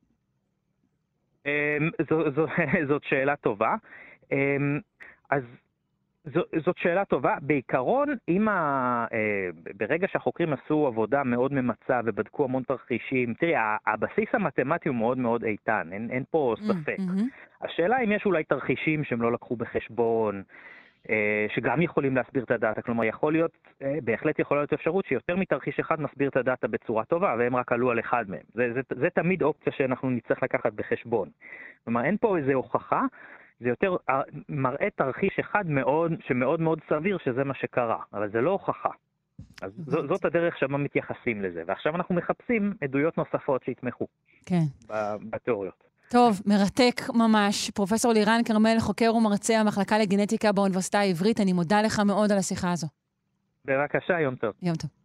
זאת שאלה טובה. אז זאת שאלה טובה. בעיקרון, ברגע שהחוקרים עשו עבודה מאוד ממצה ובדקו המון תרחישים, תראי, הבסיס המתמטי הוא מאוד מאוד איתן, אין פה ספק. השאלה אם יש אולי תרחישים שהם לא לקחו בחשבון, שגם יכולים להסביר את הדאטה, כלומר בהחלט יכול להיות אפשרות שיותר מתרחיש אחד מסביר את הדאטה בצורה טובה, והם רק עלו על אחד מהם. זה תמיד אופציה שאנחנו נצטרך לקחת בחשבון. כלומר, אין פה איזו הוכחה, זה יותר מראה תרחיש אחד שמאוד מאוד סביר שזה מה שקרה, אבל זה לא הוכחה. אז זאת הדרך שבה מתייחסים לזה, ועכשיו אנחנו מחפשים עדויות נוספות שיתמכו בתיאוריות. טוב, מרתק ממש. פרופסור לירן כרמל, חוקר ומרצה המחלקה לגנטיקה באוניברסיטה העברית, אני מודה לך מאוד על השיחה הזו. בבקשה, יום טוב. יום טוב.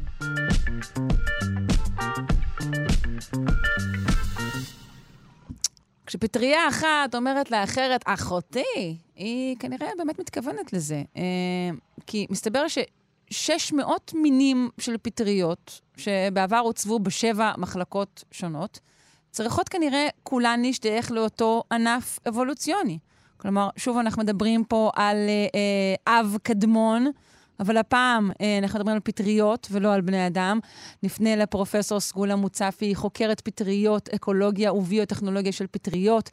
כשפטריה אחת אומרת לאחרת, אחותי, היא כנראה באמת מתכוונת לזה. כי מסתבר ש600 מינים של פטריות, שבעבר הוצבו ב7 מחלקות שונות, צריכות כנראה כולן להשתייך לאותו ענף אבולוציוני. כלומר, שוב אנחנו מדברים פה על אב קדמון, אבל הפעם אנחנו מדברים על פטריות ולא על בני אדם. נפנה לפרופסור סגולה מוצפי, חוקרת פטריות, אקולוגיה וביוטכנולוגיה של פטריות,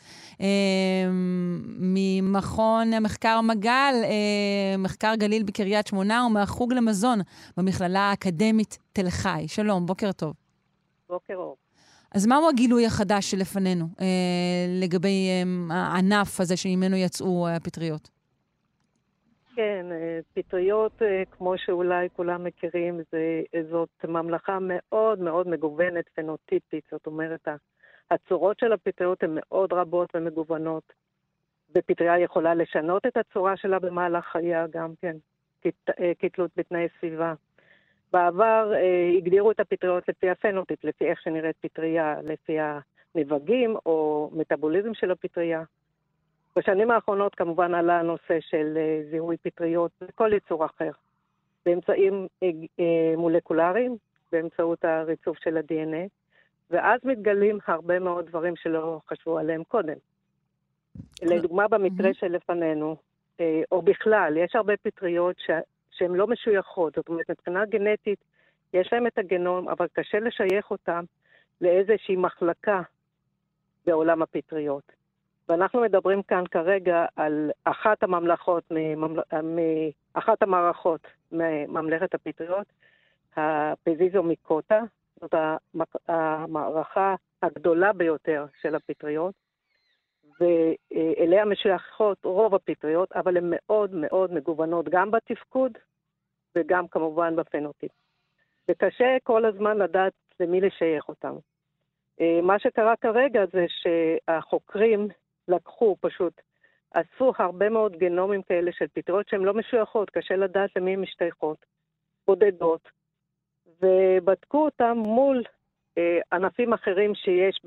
ממכון המחקר מגל, מחקר גליל בקריית שמונה, ומהחוג למזון במכללה האקדמית תל חי. שלום, בוקר טוב. בוקר אור. אז מהו הגילוי החדש שלפנינו לגבי הענף הזה שממנו יצאו הפטריות? כן, פטריות, כמו שאולי כולם מכירים, זאת ממלכה מאוד מאוד מגוונת, פנוטיפית. זאת אומרת, הצורות של הפטריות הן מאוד רבות ומגוונות, ופטריה יכולה לשנות את הצורה שלה במהלך חייה גם כן, כתלות בתנאי סביבה. בעבר הגדירו את הפטריות לפי הפנוטיפ, לפי איך שנראית פטריה, לפי הנבגים או מטאבוליזם של הפטריה. בשנים האחרונות כמובן עלה הנושא של זיהוי פטריות וכל ייצור אחר, באמצעים מולקולריים, באמצעות הריצוף של ה-DNA, ואז מתגלים הרבה מאוד דברים שלא חשבו עליהם קודם. לדוגמה במקרה שלפנינו, או בכלל, יש הרבה פטריות שהן לא משויכות, זאת אומרת, מבחינה גנטית, יש להם את הגנום, אבל קשה לשייך אותם לאיזושהי מחלקה בעולם הפטריות. ואנחנו מדברים כאן כרגע על אחת המערכות מממלכת הפטריות, הפזיזומיקוטה, זאת המערכה הגדולה ביותר של הפטריות, ואליה משויכות רוב הפטריות, אבל הן מאוד מאוד מגוונות גם בתפקוד וגם כמובן בפנוטיפ. וקשה כל הזמן לדעת למי לשייך אותם. מה שקרה כרגע זה שהחוקרים לקחו פשוט, אספו הרבה מאוד גנומים כאלה של פטריות שהן לא משויכות, קשה לדעת למי הן משתייכות, בודדות, ובדקו אותם מול ענפים אחרים שיש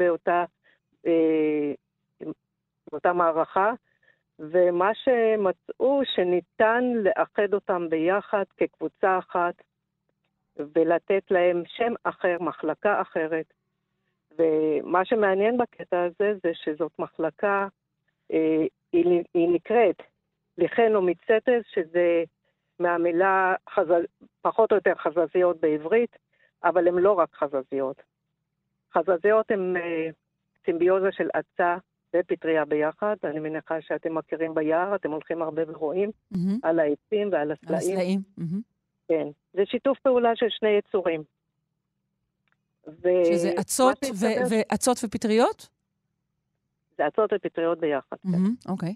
באותה מערכה, ומה שמצאו שניתן לאחד אותם ביחד כקבוצה אחת, ולתת להם שם אחר, מחלקה אחרת. ומה שמעניין בקטע הזה זה שזאת מחלקה, היא נקראת ליכנומיצטס, שזה מהמילה פחות או יותר חזזיות בעברית, אבל הן לא רק חזזיות. חזזיות הן סימביוזה של עצה ופטריה ביחד. אני מניחה שאתם מכירים ביער, אתם הולכים הרבה ורואים על העצים ועל הסלעים. כן, זה שיתוף פעולה של שני יצורים. שזה עצות ופטריות? זה עצות ופטריות ביחד. אוקיי.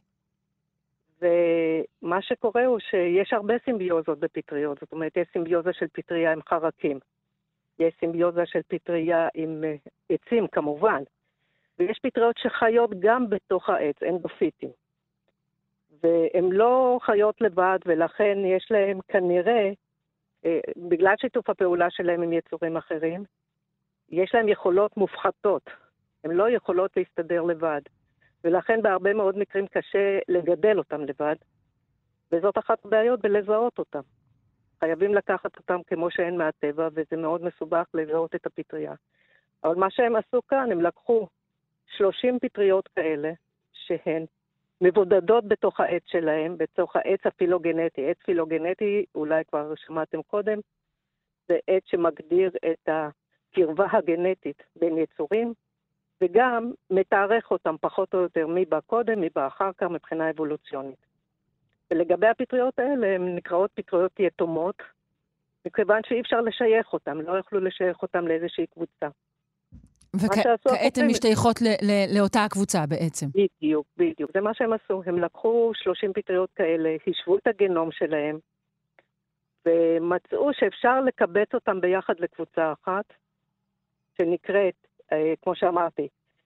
ומה שקורה הוא שיש הרבה סימביוזות בפטריות. זאת אומרת, יש סימביוזה של פטריה עם חרקים. יש סימביוזה של פטריה עם עצים כמובן. ויש פטריות שחיות גם בתוך העץ, אנדופיטים. והן לא חיות לבד, ולכן יש להם כנראה, בגלל שיתוף הפעולה שלהם עם יצורים אחרים, יש להם יכולות מופחתות. הן לא יכולות להסתדר לבד. ולכן בהרבה מאוד מקרים קשה לגדל אותם לבד. וזאת אחת הבעיות בלזהות אותם. חייבים לקחת אותם כמו שהן מהטבע, וזה מאוד מסובך לזהות את הפטריה. אבל מה שהם עשו כאן, הם לקחו 30 פטריות כאלה, שהן מבודדות בתוך העץ שלהם, בתוך העץ הפילוגנטי. עץ פילוגנטי, אולי כבר שמעתם קודם, זה עץ שמגדיר את הקרבה הגנטית בין יצורים, וגם מתארך אותם פחות או יותר מי בא קודם, מי בא אחר כך מבחינה אבולוציונית. ולגבי הפטריות האלה, הן נקראות פטריות יתומות, מכיוון שאי אפשר לשייך אותם, לא יכלו לשייך אותם לאיזושהי קבוצה. וכעת הן משתייכות לאותה הקבוצה בעצם. בדיוק, בדיוק. זה מה שהם עשו. הם לקחו 30 פטריות כאלה, הישבו את הגנום שלהם, ומצאו שאפשר לקבץ אותם ביחד לקבוצה אחת, שנקראת, כמו שאמרתי,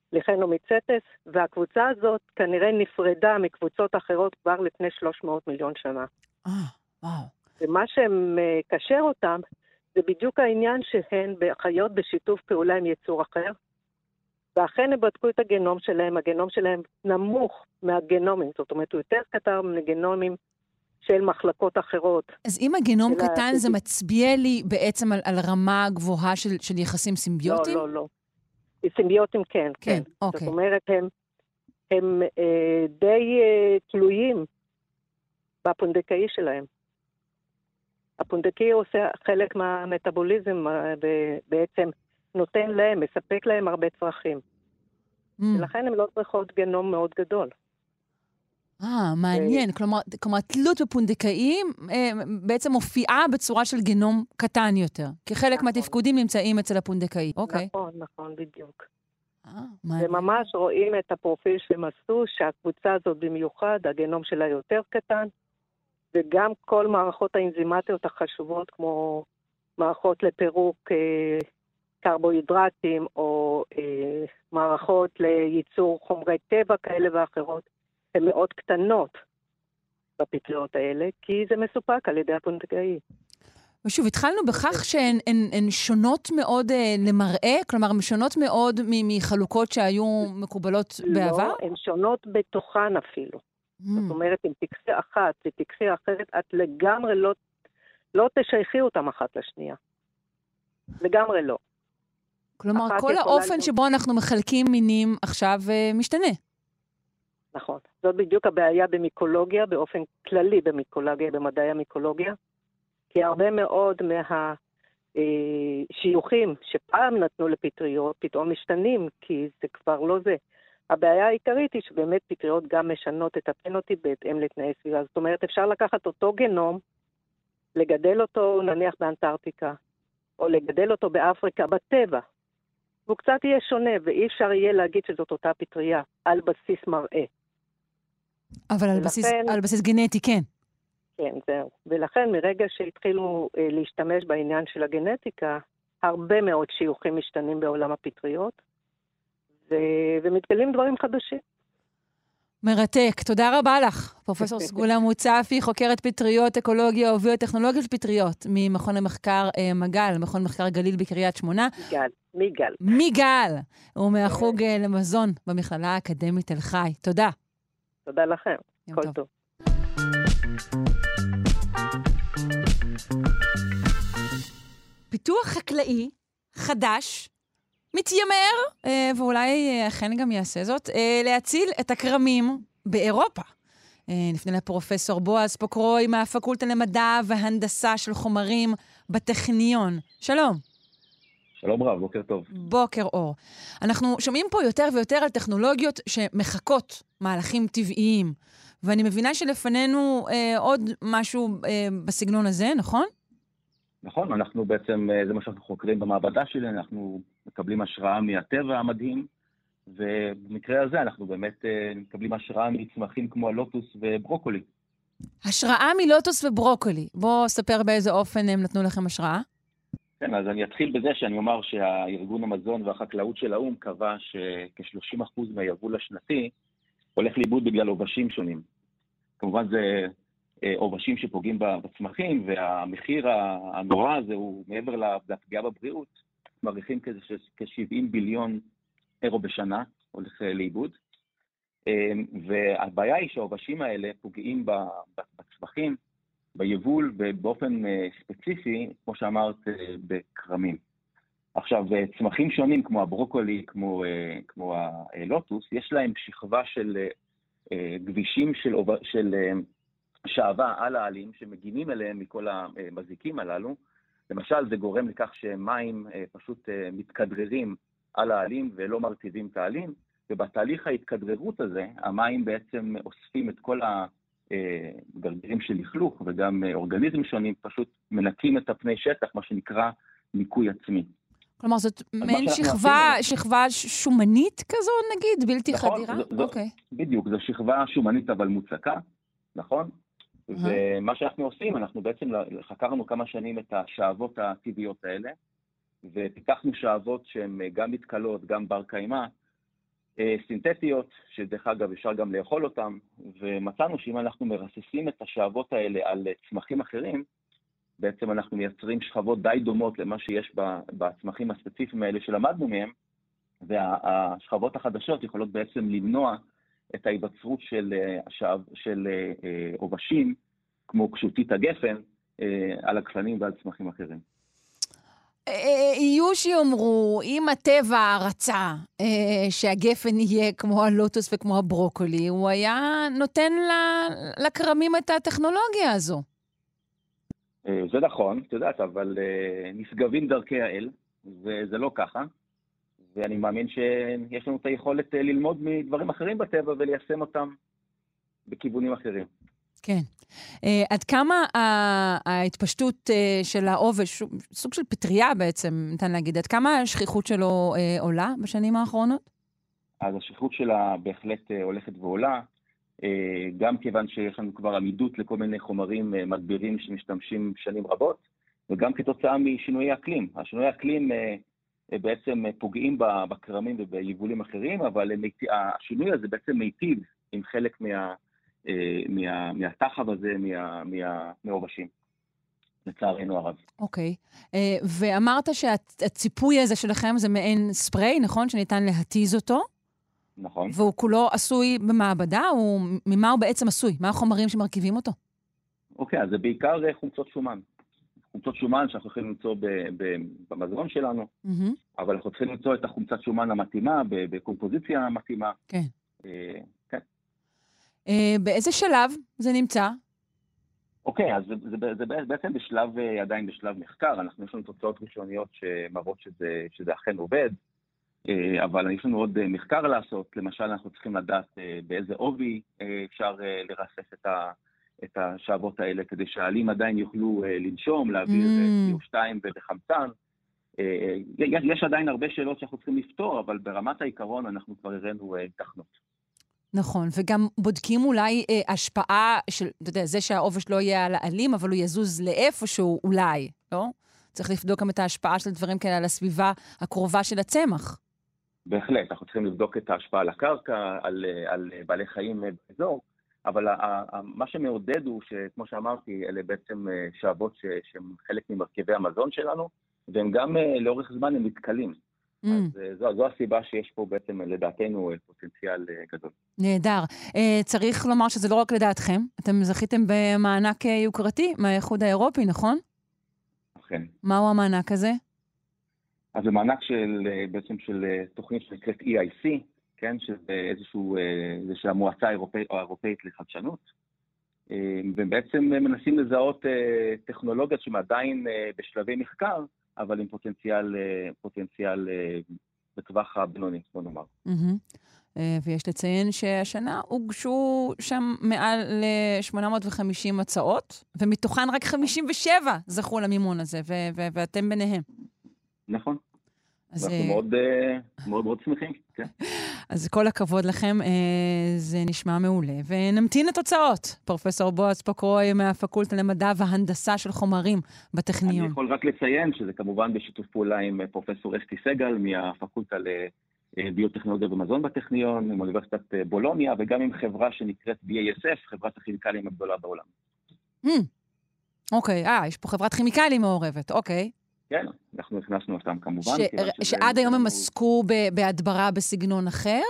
לכנומיצטס, והקבוצה הזאת כנראה נפרדה מקבוצות אחרות כבר לפני 300 מיליון שנה. וואו. ומה שמקשר אותם, זה בדיוק העניין שהן חיות בשיתוף פעולה עם יצור אחר, ואכן הם בדקו את הגנום שלהם נמוך מהגנומים, זאת אומרת, הוא יותר קטן מגנומים של מחלקות אחרות. אז אם הגנום קטן, זה מצביע לי בעצם על רמה גבוהה של יחסים סימביוטיים? לא. סימביוטים כן. אוקיי. זאת אומרת, הם די תלויים בפונדקאי שלהם. הפונדקאי עושה חלק מהמטאבוליזם, ובעצם נותן להם, מספק להם הרבה צרכים. ולכן הם לא צריכות גנום מאוד גדול. מעניין. כלומר, תלות בפונדקאים בעצם מופיעה בצורה של גנום קטן יותר, כי חלק מהתפקודים נמצאים אצל הפונדקאי. אוקיי. נכון, בדיוק. וממש רואים את הפרופיל שהם עשו, שהקבוצה הזאת במיוחד, הגנום שלה יותר קטן, וגם כל מערכות האנזימטיות החשובות, כמו מערכות לפירוק קרבוהידרטים, או מערכות לייצור חומרי טבע כאלה ואחרות, הן מאוד קטנות בפטריות האלה, כי זה מסופק על ידי הפונדקאי. ושוב, התחלנו בכך שהן שונות מאוד למראה, כלומר, הן שונות מאוד מחלוקות שהיו מקובלות בעבר? לא, הן שונות בתוכן אפילו. זאת אומרת, אם תקחי אחת ותקחי אחרת, את לגמרי לא תשייכי אותם אחת לשנייה. לגמרי לא. כלומר, כל האופן שבו אנחנו מחלקים מינים עכשיו משתנה. נכון. זאת בדיוק הבעיה במיקולוגיה, באופן כללי במיקולוגיה, במדעי המיקולוגיה, כי הרבה מאוד מהשיוכים שפעם נתנו לפטריות, פתאום משתנים, כי זה כבר לא זה. הבעיה העיקרית היא שבאמת פטריות גם משנות את הפנוטיפ בהתאם לתנאי סביבה. זאת אומרת, אפשר לקחת אותו גנום, לגדל אותו נניח באנטארקטיקה, או לגדל אותו באפריקה, בטבע. והוא קצת יהיה שונה, ואי אפשר יהיה להגיד שזאת אותה פטריה, על בסיס מראה. אבל על בסיס גנטי, כן. כן, זהו. ולכן מרגע שהתחילו להשתמש בעניין של הגנטיקה, הרבה מאוד שיוכים משתנים בעולם הפטריות, ומתגלים דברים חדשים. מרתק. תודה רבה לך, פרופסור סגולה מוצפי, חוקרת פטריות, אקולוגיה וביוטכנולוגיה של פטריות, ממכון המחקר מגל, מכון מחקר גליל בקריית שמונה. מיגל. הוא מהחוג למזון במכללה האקדמית תל חי. תודה. תודה לכם. כל טוב. פיתוח חקלאי חדש מתיימר, ואולי אכן גם יעשה זאת, להציל את הכרמים באירופה. נפנה לפרופסור בועז פוקרוי מהפקולטה למדע והנדסה של חומרים בטכניון. שלום. שלום רב, בוקר טוב. בוקר אור. אנחנו שומעים פה יותר ויותר על טכנולוגיות שמחקות מהלכים טבעיים, ואני מבינה שלפנינו עוד משהו בסגנון הזה, נכון? נכון, אנחנו בעצם, זה מה שאנחנו חוקרים במעבדה שלי, אנחנו מקבלים השראה מהטבע המדהים, ובמקרה הזה אנחנו באמת מקבלים השראה מצמחים כמו הלוטוס וברוקולי. השראה מלוטוס וברוקולי. בוא ספר באיזה אופן הם נתנו לכם השראה. כן, אז אני אתחיל בזה שאני אומר שהארגון המזון והחקלאות של האום קבע שכ-30% מהיבול השנתי הולך לאיבוד בגלל עובשים שונים. כמובן זה עובשים שפוגעים בצמחים, והמחיר הנורא הזה הוא מעבר לפגיעה בבריאות, מעריכים כ-70 ביליון אירו בשנה הולך לאיבוד. והבעיה היא שהעובשים האלה פוגעים בצמחים, ביבול, ובאופן ספציפי, כמו שאמרת, בקרמים. עכשיו, צמחים שונים כמו הברוקולי, כמו הלוטוס, יש להם שכבה של גבישים של שעבה על העלים, שמגינים אליהם מכל המזיקים הללו. למשל, זה גורם לכך שמים פשוט מתכדררים על העלים ולא מרטיבים את העלים, ובתהליך ההתכדררות הזה, המים בעצם אוספים את כל גרגירים של לכלוך, וגם אורגניזמים שונים פשוט מנקים את הפני שטח, מה שנקרא ניקוי עצמי. כלומר, זאת מעין שכבה שומנית כזו, נגיד, בלתי חדירה? בדיוק, זו שכבה שומנית אבל מוצקה, נכון? ומה שאנחנו עושים, אנחנו בעצם חקרנו כמה שנים את השעבות הטבעיות האלה, ופיתחנו שעבות שהן גם מתכלות, גם בר קיימא, סינתטיות, שדרך אגב אפשר גם לאכול אותם, ומצאנו שאם אנחנו מרססים את השאבות האלה על צמחים אחרים, בעצם אנחנו מייצרים שכבות די דומות למה שיש בצמחים הספציפיים האלה שלמדנו מהם, והשכבות החדשות יכולות בעצם למנוע את ההיווצרות של עובשים, כמו קשותית הגפן, על הגפנים ועל צמחים אחרים. יהיו שיאמרו, אם הטבע רצה שהגפן יהיה כמו הלוטוס וכמו הברוקולי, הוא היה נותן לקרמים את הטכנולוגיה הזו. זה נכון, את יודעת, אבל נשגבים דרכי האל, וזה לא ככה, ואני מאמין שיש לנו את היכולת ללמוד מדברים אחרים בטבע וליישם אותם בכיוונים אחרים. כן. עד כמה ההתפשטות של העובש, סוג של פטריה בעצם, ניתן להגיד, עד כמה השכיחות שלו עולה בשנים האחרונות? אז השכיחות שלה בהחלט הולכת ועולה, גם כיוון שיש לנו כבר עמידות לכל מיני חומרים מדבירים שמשתמשים שנים רבות, וגם כתוצאה משינויי אקלים. השינויי אקלים בעצם פוגעים בקרמים וביבולים אחרים, אבל השינוי הזה בעצם מיטיב עם חלק מהתחב הזה, מהעובשים, לצערנו הרב. אוקיי. ואמרת שהציפוי הזה שלכם זה מעין ספרי, נכון? שניתן להתיז אותו? נכון. והוא כולו עשוי במעבדה? ממה הוא בעצם עשוי? מה החומרים שמרכיבים אותו? אוקיי, אז זה בעיקר חומצות שומן. חומצות שומן שאנחנו יכולים למצוא במזון שלנו, אבל אנחנו צריכים למצוא את החומצת שומן המתאימה, בקומפוזיציה המתאימה. כן. באיזה שלב זה נמצא? אוקיי, אז זה בעצם עדיין בשלב מחקר. יש לנו תוצאות ראשוניות שמראות שזה אכן עובד, אבל יש לנו עוד מחקר לעשות. למשל, אנחנו צריכים לדעת באיזה עובי אפשר לרסס את השאבות האלה, כדי שהעלים עדיין יוכלו לנשום, להעביר CO2 וחמצן. יש עדיין הרבה שאלות שאנחנו צריכים לפתור, אבל ברמת העיקרון אנחנו כבר הראינו תכנות. נכון, וגם בודקים אולי השפעה של, אתה יודע, זה שהעובש לא יהיה על העלים, אבל הוא יזוז לאיפשהו אולי, לא? צריך לבדוק גם את ההשפעה של דברים כאלה על הסביבה הקרובה של הצמח. בהחלט, אנחנו צריכים לבדוק את ההשפעה על הקרקע, על בעלי חיים באזור, אבל מה שמעודד הוא שכמו שאמרתי, אלה בעצם שאבות שהם חלק ממרכיבי המזון שלנו, והם גם לאורך זמן הם מתקלים. אז זו הסיבה שיש פה בעצם לדעתנו פוטנציאל גדול. נהדר. צריך לומר שזה לא רק לדעתכם, אתם זכיתם במענק יוקרתי מהאיחוד האירופי, נכון? אכן. מהו המענק הזה? אז זה מענק בעצם של תוכנית שנקראת EIC, כן, שזה של המועצה האירופאית לחדשנות, ובעצם מנסים לזהות טכנולוגיות שהן עדיין בשלבי מחקר, אבל עם פוטנציאל בטווח הבינוני, בוא נאמר. ויש לציין שהשנה הוגשו שם מעל ל-850 הצעות, ומתוכן רק 57 זכו למימון הזה, ואתם ביניהם. נכון. אנחנו מאוד מאוד שמחים, כן. אז כל הכבוד לכם, זה נשמע מעולה. ונמתין לתוצאות. פרופסור בועז פוקרוי מהפקולטה למדע והנדסה של חומרים בטכניון. אני יכול רק לציין שזה כמובן בשיתוף פעולה עם פרופסור אסתי סגל מהפקולטה לביוטכנולוגיה ומזון בטכניון, עם אוניברסיטת בולוניה, וגם עם חברה שנקראת BASF, חברת הכימיקלים הגדולה בעולם. אוקיי, יש פה חברת כימיקלים מעורבת, אוקיי. כן, אנחנו הכנסנו אותם כמובן. שעד היום הם עסקו בהדברה בסגנון אחר?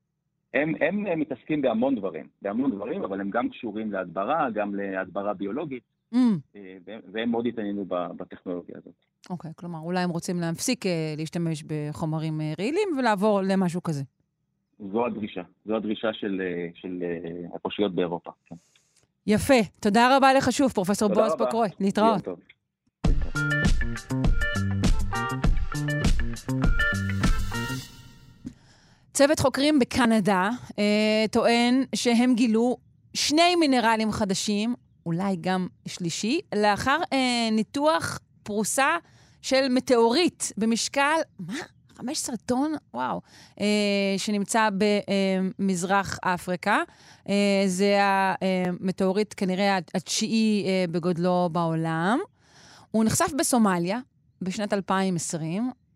הם מתעסקים בהמון דברים, אבל הם גם קשורים להדברה, גם להדברה ביולוגית, והם מאוד התעניינו בטכנולוגיה הזאת. אוקיי, כלומר, אולי הם רוצים להפסיק להשתמש בחומרים רעילים ולעבור למשהו כזה. זו הדרישה של הפושיות באירופה. יפה, תודה רבה לך שוב, פרופסור בועז פוקרוי. להתראות. צוות חוקרים בקנדה טוען שהם גילו 2 מינרלים חדשים, אולי גם שלישי, לאחר ניתוח פרוסה של מטאוריט במשקל, 15 טון? וואו. שנמצא במזרח אפריקה. זה המטאוריט כנראה התשיעי בגודלו בעולם. הוא נחשף בסומליה בשנת 2020,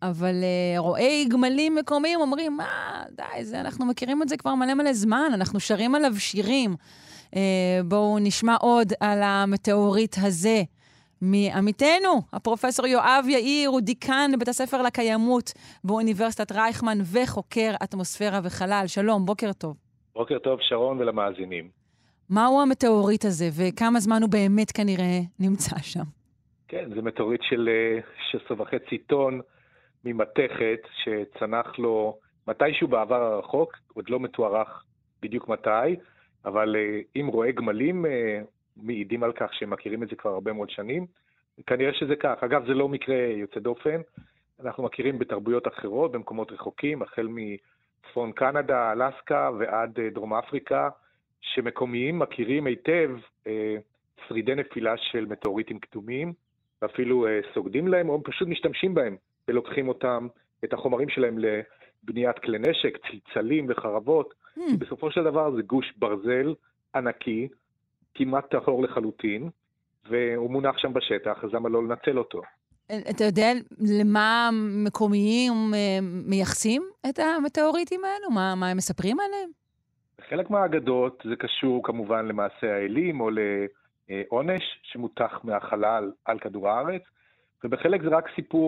אבל רואי גמלים מקומיים אומרים, די, אנחנו מכירים את זה כבר מלא זמן, אנחנו שרים עליו שירים. בואו נשמע עוד על המטאוריט הזה מעמיתנו, הפרופסור יואב יאיר, הוא דיקן בבית הספר לקיימות באוניברסיטת רייכמן וחוקר אטמוספירה וחלל. שלום, בוקר טוב. בוקר טוב, שרון, ולמאזינים. מהו המטאוריט הזה וכמה זמן הוא באמת כנראה נמצא שם? כן, זה מטאוריט של 16.5 טון ממתכת שצנח לו מתישהו בעבר הרחוק, עוד לא מתוארך בדיוק מתי, אבל אם רואה גמלים מעידים על כך שהם מכירים את זה כבר הרבה מאוד שנים, כנראה שזה כך. אגב, זה לא מקרה יוצא דופן, אנחנו מכירים בתרבויות אחרות, במקומות רחוקים, החל מצפון קנדה, אלסקה ועד דרום אפריקה, שמקומיים מכירים היטב שרידי נפילה של מטאוריטים קדומים, ואפילו סוגדים להם, או פשוט משתמשים בהם, ולוקחים אותם, את החומרים שלהם לבניית כלי נשק, צלצלים וחרבות. בסופו של דבר זה גוש ברזל ענקי, כמעט טהור לחלוטין, והוא מונח שם בשטח, אז למה לא לנצל אותו? אתה יודע למה מקומיים מייחסים את המטאוריטים האלו? מה הם מספרים עליהם? בחלק מהאגדות זה קשור כמובן למעשה האלים או לעונש שמותח מהחלל על כדור הארץ, ובחלק זה רק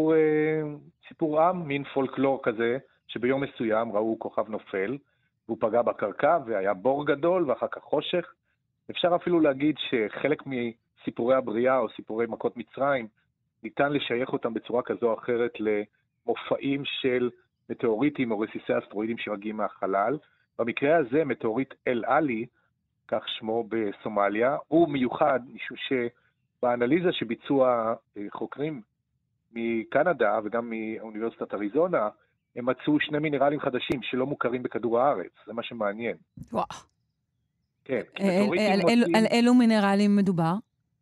סיפור עם, מין פולקלור כזה, שביום מסוים ראו כוכב נופל, והוא פגע בקרקע והיה בור גדול ואחר כך חושך. אפשר אפילו להגיד שחלק מסיפורי הבריאה או סיפורי מכות מצרים, ניתן לשייך אותם בצורה כזו או אחרת למופעים של מטאוריטים או רסיסי אסטרואידים שמגיעים מהחלל. במקרה הזה, מטאוריט אל-עלי, כך שמו בסומליה, הוא מיוחד משום שבאנליזה שביצעו חוקרים מקנדה וגם מאוניברסיטת אריזונה, הם מצאו 2 מינרלים חדשים שלא מוכרים בכדור הארץ. זה מה שמעניין. וואו. כן. על אילו מינרלים מדובר?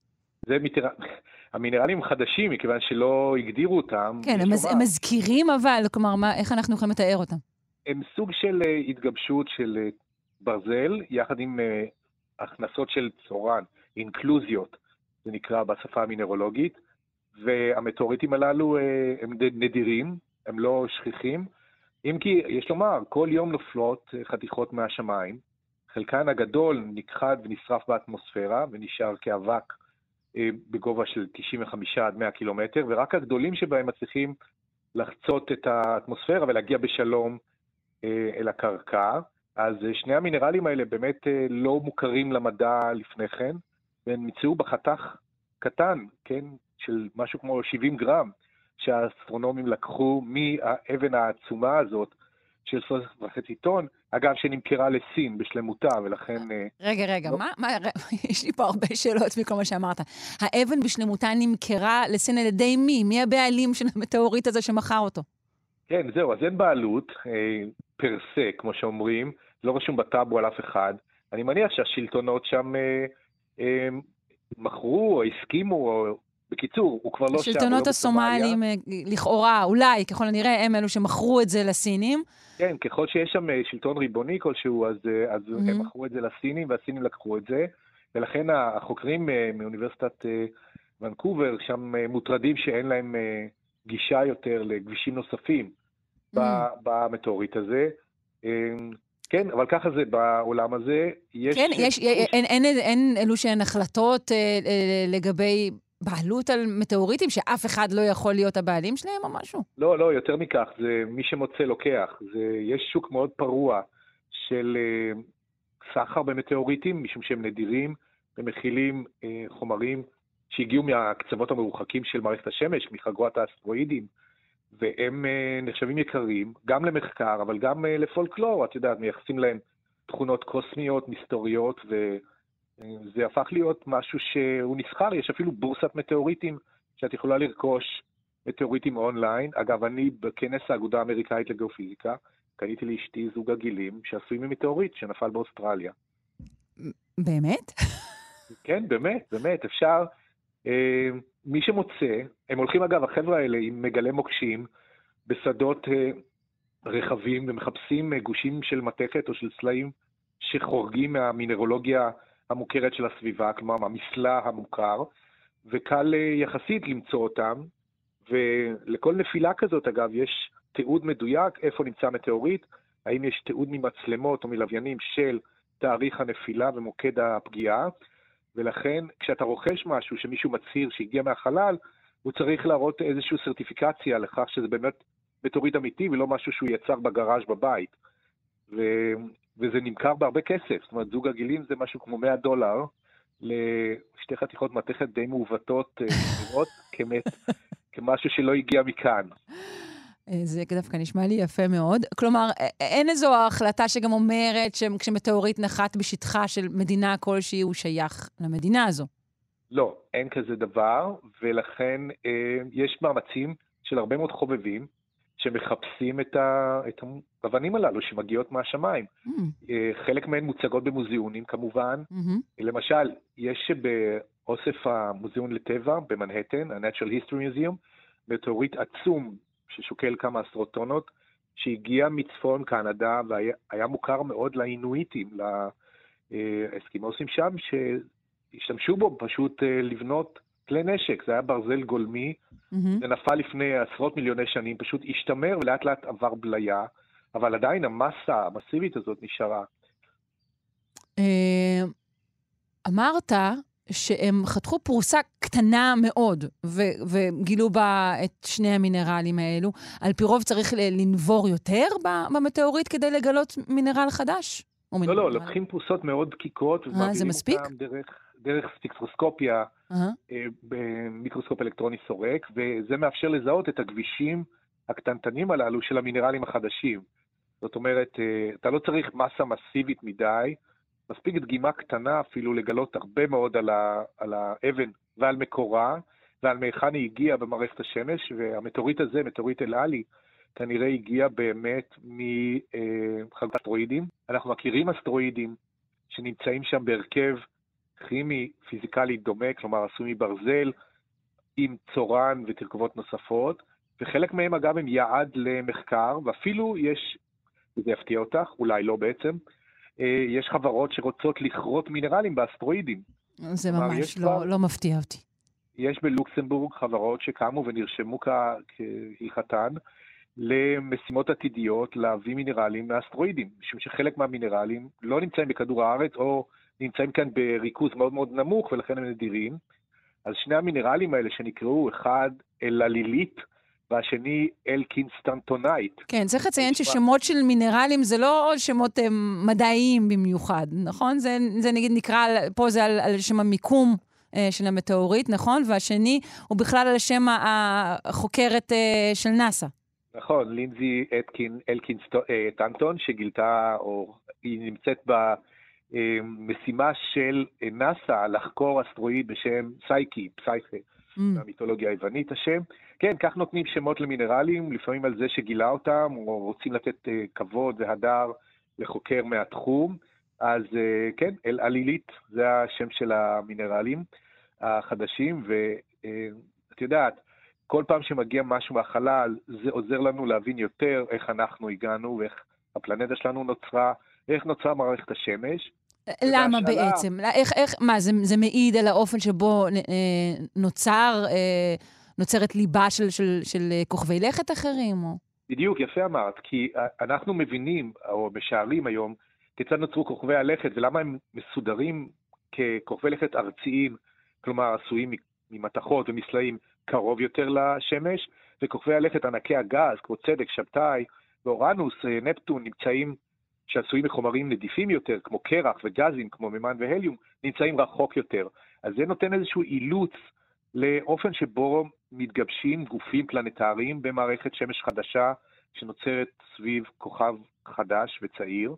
המינרלים חדשים, מכיוון שלא הגדירו אותם. כן, הם מזכירים אבל, כלומר, איך אנחנו יכולים לתאר אותם? הם סוג של התגבשות של ברזל, יחד עם הכנסות של צורן, אינקלוזיות, זה נקרא בשפה המינרולוגית, והמטאוריטים הללו הם נדירים, הם לא שכיחים, אם כי יש לומר, כל יום נופלות חתיכות מהשמיים, חלקן הגדול נכחד ונשרף באטמוספירה, ונשאר כאבק בגובה של 95 עד 100 קילומטר, ורק הגדולים שבהם מצליחים לחצות את האטמוספירה ולהגיע בשלום אל הקרקע. אז שני המינרלים האלה באמת לא מוכרים למדע לפני כן, והם מצאו בחתך קטן, כן, של משהו כמו 70 גרם, שהאסטרונומים לקחו מהאבן העצומה הזאת של 3.5 טון, אגב שנמכרה לסין בשלמותה, ולכן... רגע, יש לי פה הרבה שאלות מכל מה שאמרת. האבן בשלמותה נמכרה לסין על ידי מי? מי הבעלים של המטאוריט הזה שמכר אותו? כן, זהו, אז אין בעלות פרסה, כמו שאומרים, לא רשום בטאבו על אף אחד. אני מניח שהשלטונות שם מכרו או הסכימו, או... בקיצור, הוא כבר לא שם. השלטונות הסומליים, לכאורה, אולי, ככל הנראה, הם אלו שמכרו את זה לסינים. כן, ככל שיש שם שלטון ריבוני כלשהו, אז הם מכרו את זה לסינים, והסינים לקחו את זה, ולכן החוקרים מאוניברסיטת ונקובר שם מוטרדים שאין להם גישה יותר לכבישים נוספים במטאוריט הזה. כן, אבל ככה זה בעולם הזה. כן, אין אלו שהן החלטות לגבי... בעלות על מטאוריטים שאף אחד לא יכול להיות הבעלים שלהם או משהו? לא, יותר מכך, זה מי שמוצא לוקח. יש שוק מאוד פרוע של סחר במטאוריטים, משום שהם נדירים ומכילים חומרים שהגיעו מהקצוות המרוחקים של מערכת השמש, מחגורת האסטרואידים, והם נחשבים יקרים, גם למחקר, אבל גם לפולקלור, את יודעת, מייחסים להם תכונות קוסמיות, מסתוריות זה הפך להיות משהו שהוא נסחר, יש אפילו בורסת מטאוריטים שאת יכולה לרכוש מטאוריטים אונליין. אגב, אני בכנס האגודה האמריקאית לגיאופיזיקה, קניתי לאשתי זוג עגילים שעשוי ממטאוריט שנפל באוסטרליה. באמת? כן, באמת, אפשר. מי שמוצא, הם הולכים אגב, החבר'ה האלה עם מגלי מוקשים בשדות רחבים ומחפשים גושים של מתכת או של סלעים שחורגים מהמינרולוגיה המוכרת של הסביבה, כלומר, המסלע המוכר, וקל יחסית למצוא אותם, ולכל נפילה כזאת, אגב, יש תיעוד מדויק איפה נמצא המטאוריט, האם יש תיעוד ממצלמות או מלוויינים של תאריך הנפילה ומוקד הפגיעה, ולכן כשאתה רוכש משהו שמישהו מצהיר שהגיע מהחלל, הוא צריך להראות איזושהי סרטיפיקציה לכך שזה באמת מטאוריט אמיתי ולא משהו שהוא יצר בגראז' בבית. וזה נמכר בהרבה כסף, זאת אומרת זוג עגילים זה משהו כמו $100 לשתי חתיכות מתכת די מעוותות נראות כמשהו שלא הגיע מכאן. זה דווקא נשמע לי יפה מאוד. כלומר, אין איזו החלטה שגם אומרת שכשמטאוריט נחת בשטחה של מדינה כלשהי הוא שייך למדינה הזו. לא, אין כזה דבר, ולכן יש מאמצים של הרבה מאוד חובבים שמחפשים את האבנים הללו שמגיעות מהשמיים. חלק מהן מוצגות במוזיאונים כמובן. למשל, יש באוסף המוזיאון לטבע במנהטן, ה-Natural History Museum, מטאוריט עצום ששוקל כמה עשרות טונות, שהגיע מצפון קנדה והיה מוכר מאוד לאינואיטים, לאסקימוסים שם, שהשתמשו בו פשוט לבנות כלי נשק. זה היה ברזל גולמי, זה נפל לפני עשרות מיליוני שנים, פשוט השתמר ולאט לאט עבר בליה, אבל עדיין המסה המסיבית הזאת נשארה. אמרת שהם חתכו פרוסה קטנה מאוד, וגילו בה את שני המינרלים האלו. על פי רוב צריך לנבור יותר במטאוריט כדי לגלות מינרל חדש? לא, לוקחים פרוסות מאוד דקיקות, זה מספיק? דרך ספקטרוסקופיה במיקרוסקופ אלקטרוני סורק, וזה מאפשר לזהות את הכבישים הקטנטנים הללו של המינרלים החדשים. זאת אומרת, אתה לא צריך מסה מסיבית מדי, מספיק דגימה קטנה אפילו לגלות הרבה מאוד על האבן ועל מקורה, ועל מהיכן היא הגיעה במערכת השמש, והמטאוריט הזה, מטאוריט אל-עלי, כנראה הגיע באמת מחלוקת אסטרואידים. אנחנו מכירים אסטרואידים שנמצאים שם בהרכב כימי פיזיקלי דומה, כלומר עשוי מברזל, עם צורן ותרכובות נוספות, וחלק מהם אגב הם יעד למחקר, ואפילו יש, זה יפתיע אותך, אולי לא בעצם, יש חברות שרוצות לכרות מינרלים באסטרואידים. זה ממש לא מפתיע אותי. יש בלוקסמבורג חברות שקמו ונרשמו כהלכתן למשימות עתידיות להביא מינרלים מאסטרואידים, משום שחלק מהמינרלים לא נמצאים בכדור הארץ או נמצאים כאן בריכוז מאוד מאוד נמוך ולכן הם נדירים. אז שני המינרלים האלה שנקראו, אחד אללילית והשני אלקינסטנטונייט. כן, צריך לציין ששמות של מינרלים זה לא שמות מדעיים במיוחד, נכון? זה נגיד נקרא, פה זה על שם המיקום של המטאוריט, נכון? והשני הוא בכלל על שם החוקרת של נאסא. נכון, לינזי אלקינסטנטון שגילתה, או היא נמצאת במשימה של נאסא לחקור אסטרואיד בשם פסייכה, מהמיתולוגיה היוונית השם. כן, כך נותנים שמות למינרלים, לפעמים על זה שגילה אותם, או רוצים לתת כבוד והדר לחוקר מהתחום. אז כן, אל-עלילית זה השם של המינרלים החדשים, ואת יודעת, כל פעם שמגיע משהו מהחלל, זה עוזר לנו להבין יותר איך אנחנו הגענו, ואיך הפלנטה שלנו נוצרה, איך נוצרה מערכת השמש. למה בעצם? מה, זה מעיד על האופן שבו נוצרת ליבה של כוכבי לכת אחרים? או? בדיוק, יפה אמרת, כי אנחנו מבינים, או משערים היום, כיצד נוצרו כוכבי הלכת, ולמה הם מסודרים ככוכבי לכת ארציים, כלומר עשויים ממתכות ומסלעים קרוב יותר לשמש, וכוכבי הלכת ענקי הגז, כמו צדק, שבתאי, ואורנוס, נפטון, נמצאים שעשויים מחומרים נדיפים יותר, כמו קרח וגזים, כמו מימן והליום, נמצאים רחוק יותר. אז זה נותן איזשהו אילוץ לאופן שבו מתגבשים גופים פלנטריים במערכת שמש חדשה, שנוצרת סביב כוכב חדש וצעיר,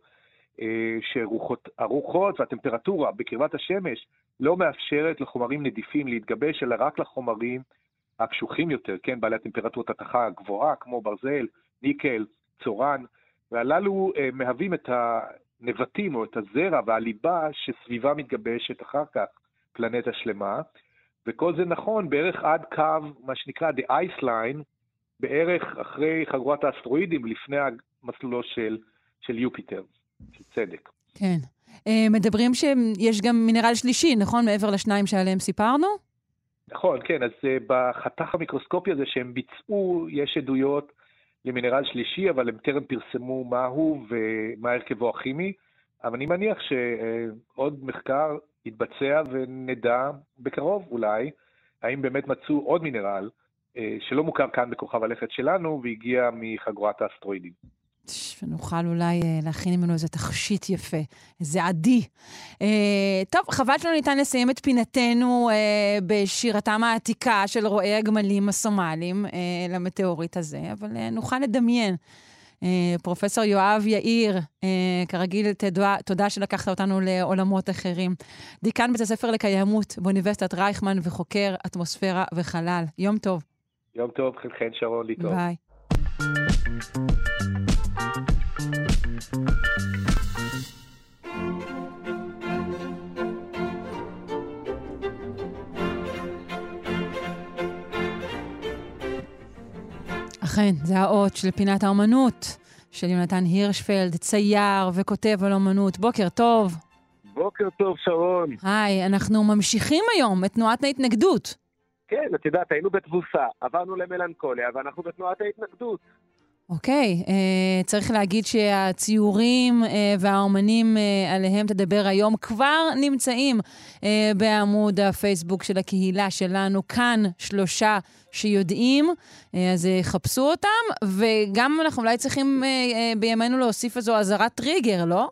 שהרוחות והטמפרטורה בקרבת השמש לא מאפשרת לחומרים נדיפים להתגבש, אלא רק לחומרים הקשוחים יותר, כן, בעלי הטמפרטורת התחה הגבוהה, כמו ברזל, ניקל, צורן, והללו מהווים את הנבטים או את הזרע והליבה שסביבה מתגבשת אחר כך פלנטה שלמה, וכל זה נכון בערך עד קו, מה שנקרא the ice line, בערך אחרי חגורת האסטרואידים, לפני המסלולו של יופיטר, של צדק. כן. מדברים שיש גם מינרל שלישי, נכון? מעבר לשניים שעליהם סיפרנו? נכון, כן, אז בחתך המיקרוסקופי הזה שהם ביצעו, יש עדויות למינרל שלישי, אבל הם טרם פרסמו מהו ומה הרכבו הכימי, אבל אני מניח שעוד מחקר יתבצע ונדע בקרוב אולי, האם באמת מצאו עוד מינרל שלא מוכר כאן בכוכב הלכת שלנו, והגיע מחגורת האסטרואידים. ונוכל אולי להכין ממנו איזה תכשיט יפה, איזה עדי. טוב, חבל שלא ניתן לסיים את פינתנו בשירתם העתיקה של רועי הגמלים הסומליים למטאוריט הזה, אבל נוכל לדמיין. פרופסור יואב יאיר, כרגיל, תודה שלקחת אותנו לעולמות אחרים. דיקן בית הספר לקיימות באוניברסיטת רייכמן וחוקר אטמוספירה וחלל. יום טוב. יום טוב, חן שרון, לי טוב. ביי. אכן, זה האות של פינת האומנות של יונתן הירשפלד, צייר וכותב על אומנות. בוקר טוב. בוקר טוב, שרון. היי, אנחנו ממשיכים היום את תנועת ההתנגדות. כן, את יודעת, היינו בתבוסה, עברנו למלנכוליה, ואנחנו בתנועת ההתנגדות. אוקיי, צריך להגיד שהציורים והאומנים עליהם תדבר היום כבר נמצאים בעמוד הפייסבוק של הקהילה שלנו, כאן 3 שיודעים, אז חפשו אותם, וגם אנחנו אולי צריכים בימינו להוסיף איזו עזרת טריגר, לא?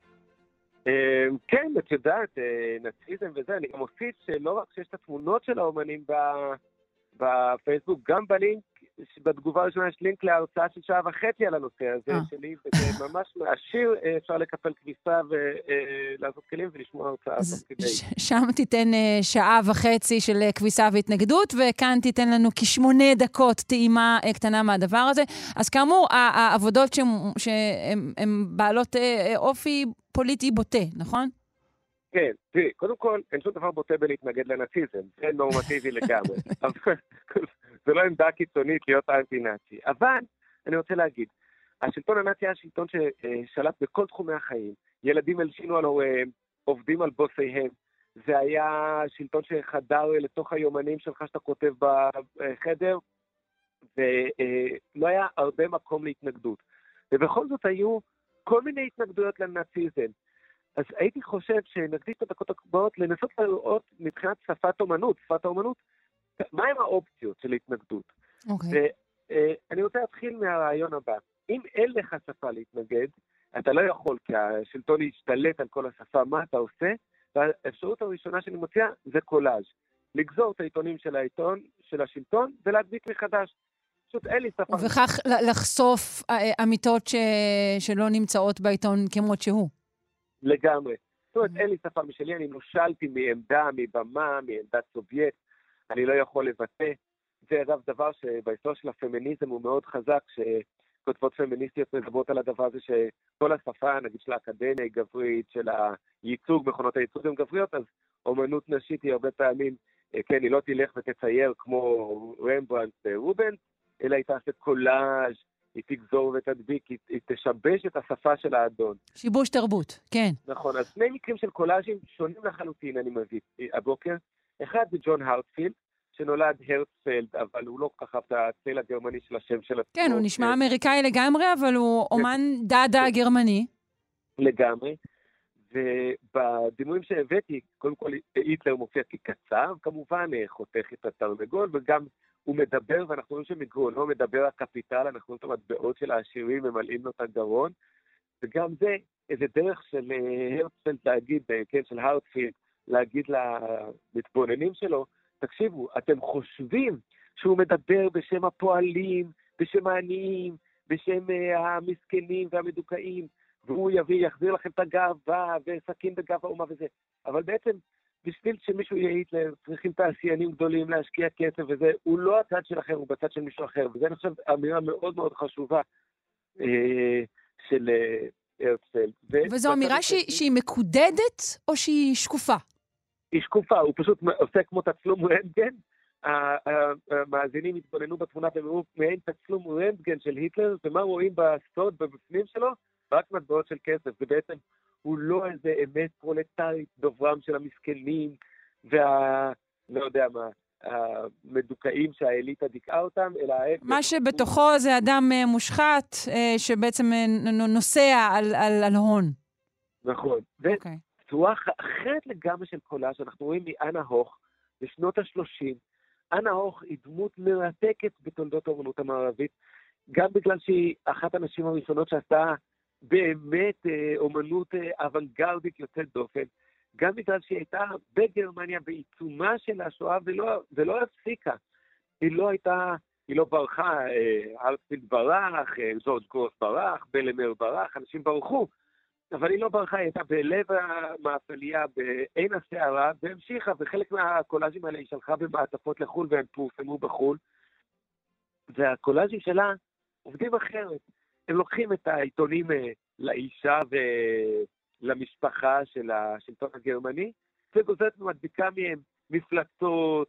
כן, את יודעת, נאציזם וזה, אני גם מוסיף שלא רק שיש את התמונות של האומנים בפייסבוק, גם בלינק, בתגובה הראשונה יש לינק להרצאה של 1.5 שעה על הנושא הזה שלי, וזה ממש מעשיר, אפשר לקפל כביסה ולעשות כלים ולשמוע הרצאה. שם תיתן 1.5 שעה של כביסה והתנגדות, וכאן תיתן לנו כ8 דקות טעימה קטנה מהדבר הזה. אז כאמור, העבודות שהן בעלות אופי פוליטי בוטה, נכון? כן, תראי, קודם כל, אין שום דבר בוטה בלהתנגד לנאציזם, זה נורמטיבי לגמרי. זה לא עמדה קיצונית להיות אנטי-נאצי. אבל, אני רוצה להגיד, השלטון הנאצי היה שלטון ששלט בכל תחומי החיים. ילדים הלשינו על הוריהם, עובדים על בוסיהם. זה היה שלטון שחדר לתוך היומנים שלך שאתה כותב בחדר, ולא היה הרבה מקום להתנגדות. ובכל זאת היו כל מיני התנגדויות לנאציזם. אז הייתי חושב שנקדיש את הדקות הבאות לנסות לראות מבחינת שפת אומנות. שפת האומנות, מהם האופציות של התנגדות? ואני רוצה להתחיל מהרעיון הבא. אם אין לך שפה להתנגד, אתה לא יכול, כי השלטון ישתלט על כל השפה, מה אתה עושה? והאפשרות הראשונה שאני מציעה זה קולאז'. לגזור את העיתונים של העיתון, של השלטון, ולהדביק מחדש. פשוט אין לי שפה. ובכך לחשוף אמיתות שלא נמצאות בעיתון כמות שהוא. לגמרי. זאת אומרת, אין לי שפה משלי, אני נושלתי מעמדה, מבמה, מעמדת סובייט, אני לא יכול לבטא. זה אגב דבר שבהיסטוריה של הפמיניזם הוא מאוד חזק, שכותבות פמיניסטיות מדברות על הדבר הזה שכל השפה, נגיד של האקדמיה היא גברית, של הייצוג, מכונות הייצוג הן גבריות, אז אומנות נשית היא הרבה פעמים, כן, היא לא תלך ותצייר כמו רמברנדט ורובנס, אלא היא תעשה קולאז', היא תגזור ותדביק, היא תשבש את השפה של האדון. שיבוש תרבות, כן. נכון, אז 2 מקרים של קולאז'ים שונים לחלוטין אני מביא הבוקר. אחד זה ג'ון הרטפילד, שנולד הרצפלד, אבל הוא לא כל כך אהב את הצליל הגרמני של השם של עצמו. כן, הוא נשמע אמריקאי לגמרי, אבל הוא אומן דאדה גרמני. לגמרי. ובדימויים שהבאתי, קודם כל היטלר מופיע כקצב, כמובן, חותך את התרנגול, וגם הוא מדבר, ואנחנו רואים שמגרונו לא מדבר הקפיטל, אנחנו רואים את המטבעות של העשירים, ממלאים לו את הגרון, וגם זה איזה דרך של הרצפלד להגיד, כן, של הרטפילד, להגיד למתבוננים שלו, תקשיבו, אתם חושבים שהוא מדבר בשם הפועלים, בשם העניים, בשם המסכנים והמדוכאים, והוא יחזיר לכם את הגאווה וסכין בגב האומה וזה. אבל בעצם, בשביל שמישהו יהיה היטלר, צריכים תעשיינים גדולים להשקיע כסף וזה, הוא לא הצד שלכם, הוא בצד של מישהו אחר. וזה אני חושב אמירה מאוד מאוד חשובה של הרצפלד. וזו אמירה שהיא מקודדת או שהיא שקופה? היא שקופה, הוא פשוט עושה כמו תצלום רנטגן. המאזינים התבוננו בתמונה וראו מעין תצלום רנטגן של היטלר, ומה רואים בסוד, בבפנים שלו? רק מטבעות של כסף. זה בעצם, הוא לא איזה אמת פרולטרית, דוברם של המסכנים, לא יודע מה, המדוכאים שהאליטה דיכאה אותם, אלא מה שבתוכו זה אדם מושחת, שבעצם נוסע על הון. נכון. וצורה אחרת לגמרי של קולאז' אנחנו רואים מאנה הוך, בשנות ה-30. אנה הוך היא דמות מרתקת בתולדות האומנות המערבית, גם בגלל שהיא אחת הנשים הראשונות שעשתה באמת אומנות אוונגרדית יוצאת דופן, גם בגלל שהיא הייתה בגרמניה בעיצומה של השואה ולא הפסיקה. היא לא ברחה, הרצפילד ברח, ז'ורג' גרוס ברח, בלמר ברח, אנשים ברחו, אבל היא לא ברחה, היא הייתה בלב המאפליה, בעין הסערה, והמשיכה, וחלק מהקולאז'ים האלה היא שלחה במעטפות לחול, והם פורסמו בחול, והקולאז'ים שלה עובדים אחרת. הם לוקחים את העיתונים לאישה ולמשפחה של השלטון הגרמני, וגוזרת ומדביקה מהם מפלצות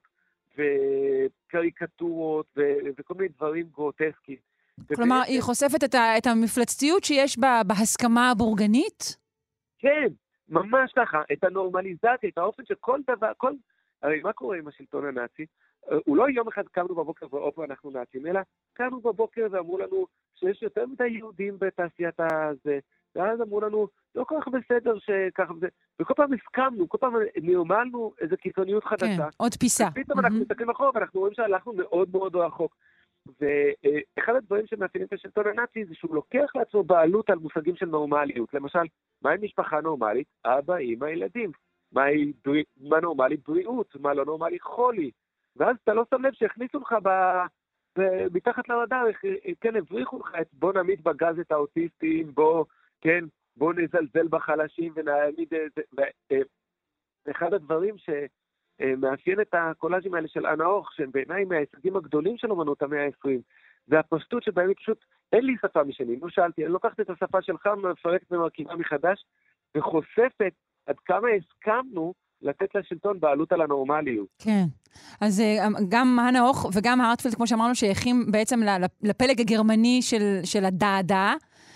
וקריקטורות וכל מיני דברים גרוטסקיים. כלומר, היא חושפת את המפלצתיות שיש בהסכמה הבורגנית? כן, ממש ככה, את הנורמליזציה, את האופן שכל דבר, הרי מה קורה עם השלטון הנאצי? הוא לא יום אחד קמנו בבוקר ואופו אנחנו נאצים, אלא קמנו בבוקר ואמרו לנו שיש יותר מדי יהודים בתעשיית הזה, ואז אמרו לנו, לא כל כך בסדר שככה וזה, וכל פעם הסכמנו, כל פעם נרמלנו איזו קיצוניות חדשה. כן, עוד פיסה. ופתאום אנחנו מסתכלים אחורה ואנחנו רואים שהלכנו מאוד מאוד רחוק. ואחד הדברים שמאפיינים את השלטון הנאצי זה שהוא לוקח לעצמו בעלות על מושגים של נורמליות. למשל, מהי משפחה נורמלית? אבא, אמא, ילדים. מה נורמלי? בריאות. מה לא נורמלי? חולי. ואז אתה לא שם לב שהכניסו לך מתחת לרדאר, כן, הבריחו לך את בוא נעמיד בגז את האוטיסטים, בוא נזלזל בחלשים ונעמיד אחד הדברים שמאפיין את הקולאז'ים האלה של אנה הוך, שהם בעיניי מההישגים הגדולים של אומנות המאה ה-20, זה הפשטות שבהם פשוט אין לי שפה משני. לא שאלתי, אני לוקחת את השפה שלך, מפרקת ומרכיבה מחדש, וחושפת עד כמה הסכמנו לתת לשלטון בעלות על הנורמליות. כן. אז גם אנה הוך וגם הרטפילד, כמו שאמרנו, שייכים בעצם לפלג הגרמני של הדאדה,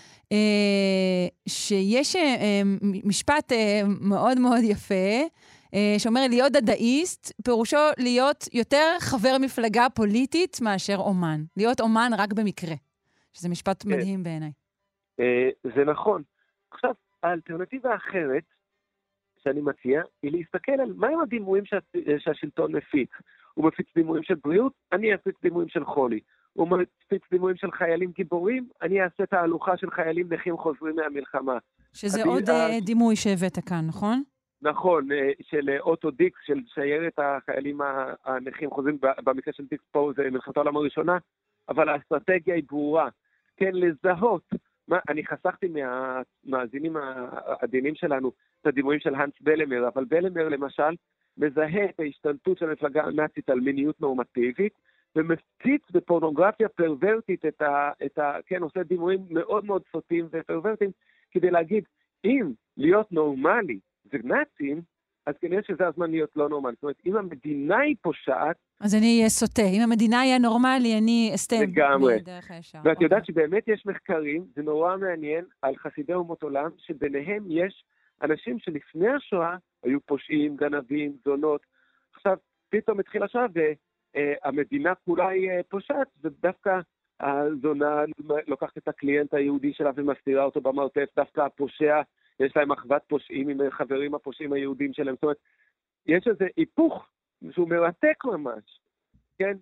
שיש משפט מאוד מאוד יפה, שאומר להיות דדאיסט, פירושו להיות יותר חבר מפלגה פוליטית מאשר אומן. להיות אומן רק במקרה. שזה משפט מדהים בעיניי. זה נכון. עכשיו, האלטרנטיבה האחרת שאני מציע, היא להסתכל על מהם הדימויים שהשלטון מפיץ. הוא מפיץ דימויים של בריאות, אני אפיץ דימויים של חולי. הוא מפיץ דימויים של חיילים גיבורים, אני אעשה תהלוכה של חיילים נכים חוזרים מהמלחמה. שזה עוד דימוי שהבאת כאן, נכון? נכון, של אוטו דיקס, של שיירת החיילים הנכים חוזרים, במקרה של דיקס פה זה מלחמת העולם הראשונה, אבל האסטרטגיה היא ברורה. כן, לזהות. אני חסכתי מהמאזינים העדינים שלנו את הדימויים של הנס בלמר, אבל בלמר למשל מזהה את ההשתלטות של המפלגה הנאצית על מיניות נורמטיבית, ומפציץ בפורנוגרפיה פרוורטית כן, עושה דימויים מאוד מאוד סוטים ופרוורטיים, כדי להגיד, אם להיות נורמלי זה נאצים, אז כנראה שזה הזמן להיות לא נורמלי. זאת אומרת, אם המדינה היא פושעת, אז אני אהיה סוטה. אם המדינה היא נורמלי, אני אסתם. לגמרי. ואת יודעת שבאמת יש מחקרים, זה נורא מעניין, על חסידי אומות עולם, שביניהם יש אנשים שלפני השואה היו פושעים, גנבים, זונות. עכשיו, פתאום התחיל השואה, והמדינה כולה היא פושעת, ודווקא הזונה לוקחת את הקליינט היהודי שלה ומסתירה אותו במרתף, דווקא הפושע, יש להם אחוות פושעים עם חברים הפושעים היהודים שלהם. זאת אומרת, יש איזה היפוך שהוא מרתק ממש, כן?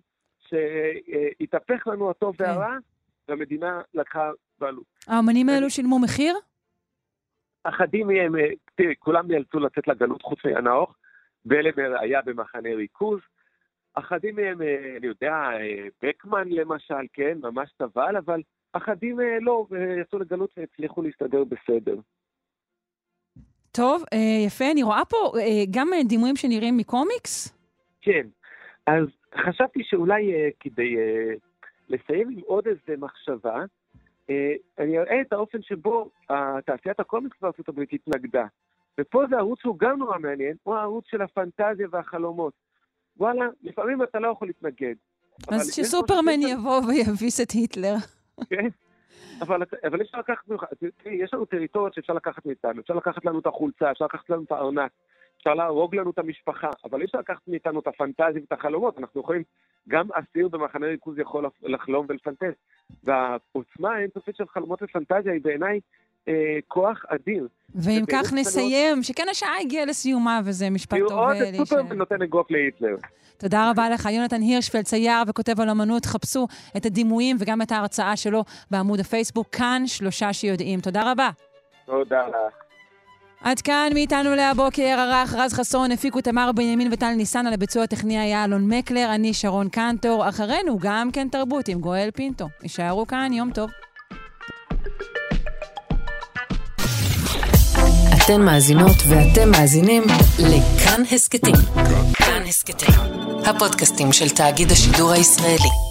שהתהפך לנו הטוב והרע, והמדינה לקחה בעלות. האמנים האלו שילמו מחיר? אחדים מהם, תראי, כולם נאלצו לצאת לגלות חוץ מאנה הוך, בלמר היה במחנה ריכוז, אחדים מהם, אני יודע, בקמן למשל, כן, ממש טבל, אבל אחדים לא, יצאו לגלות והצליחו להסתדר בסדר. טוב, יפה, אני רואה פה גם דימויים שנראים מקומיקס? כן, אז חשבתי שאולי כדי לסיים עם עוד איזה מחשבה, אני אראה את האופן שבו תעשיית הקומיקס בארצות הברית התנגדה. ופה זה ערוץ שהוא גם נורא מעניין, הוא הערוץ של הפנטזיה והחלומות. וואלה, לפעמים אתה לא יכול להתנגד. אז שסופרמן יבוא ויביס את היטלר. כן, אבל אפשר לקחת, יש לנו טריטוריות שאפשר לקחת מאיתנו, אפשר לקחת לנו את החולצה, אפשר לקחת לנו את הארנק. אפשר להרוג לנו את המשפחה, אבל אי אפשר לקחת מאיתנו את הפנטזיה ואת החלומות, אנחנו יכולים, גם אסיר במחנה ריכוז יכול לחלום ולפנטז, והעוצמה האינסופית של חלומות ופנטזיה היא בעיניי כוח אדיר. ואם כך נסיים, שכן השעה הגיעה לסיומה, וזה משפט טוב. לראות את סופר ונותן אגרוף להיטלר. תודה רבה לך, יונתן הירשפלד, צייר וכותב על אמנות. חפשו את הדימויים וגם את ההרצאה שלו בעמוד הפייסבוק, כאן 3 שיודעים. תודה רבה. תודה לך. עד כאן מאיתנו להבוקר, ערך רז חסון, הפיקו תמר בנימין וטל ניסן, על הביצוע הטכני היה אלון מקלר, אני שרון קנטור, אחרינו גם כן תרבות עם גואל פינטו. יישארו כאן, יום טוב. אתן מאזינות ואתם מאזינים לכאן הסקטים. כאן הסקטים, הפודקאסטים של תאגיד השידור הישראלי.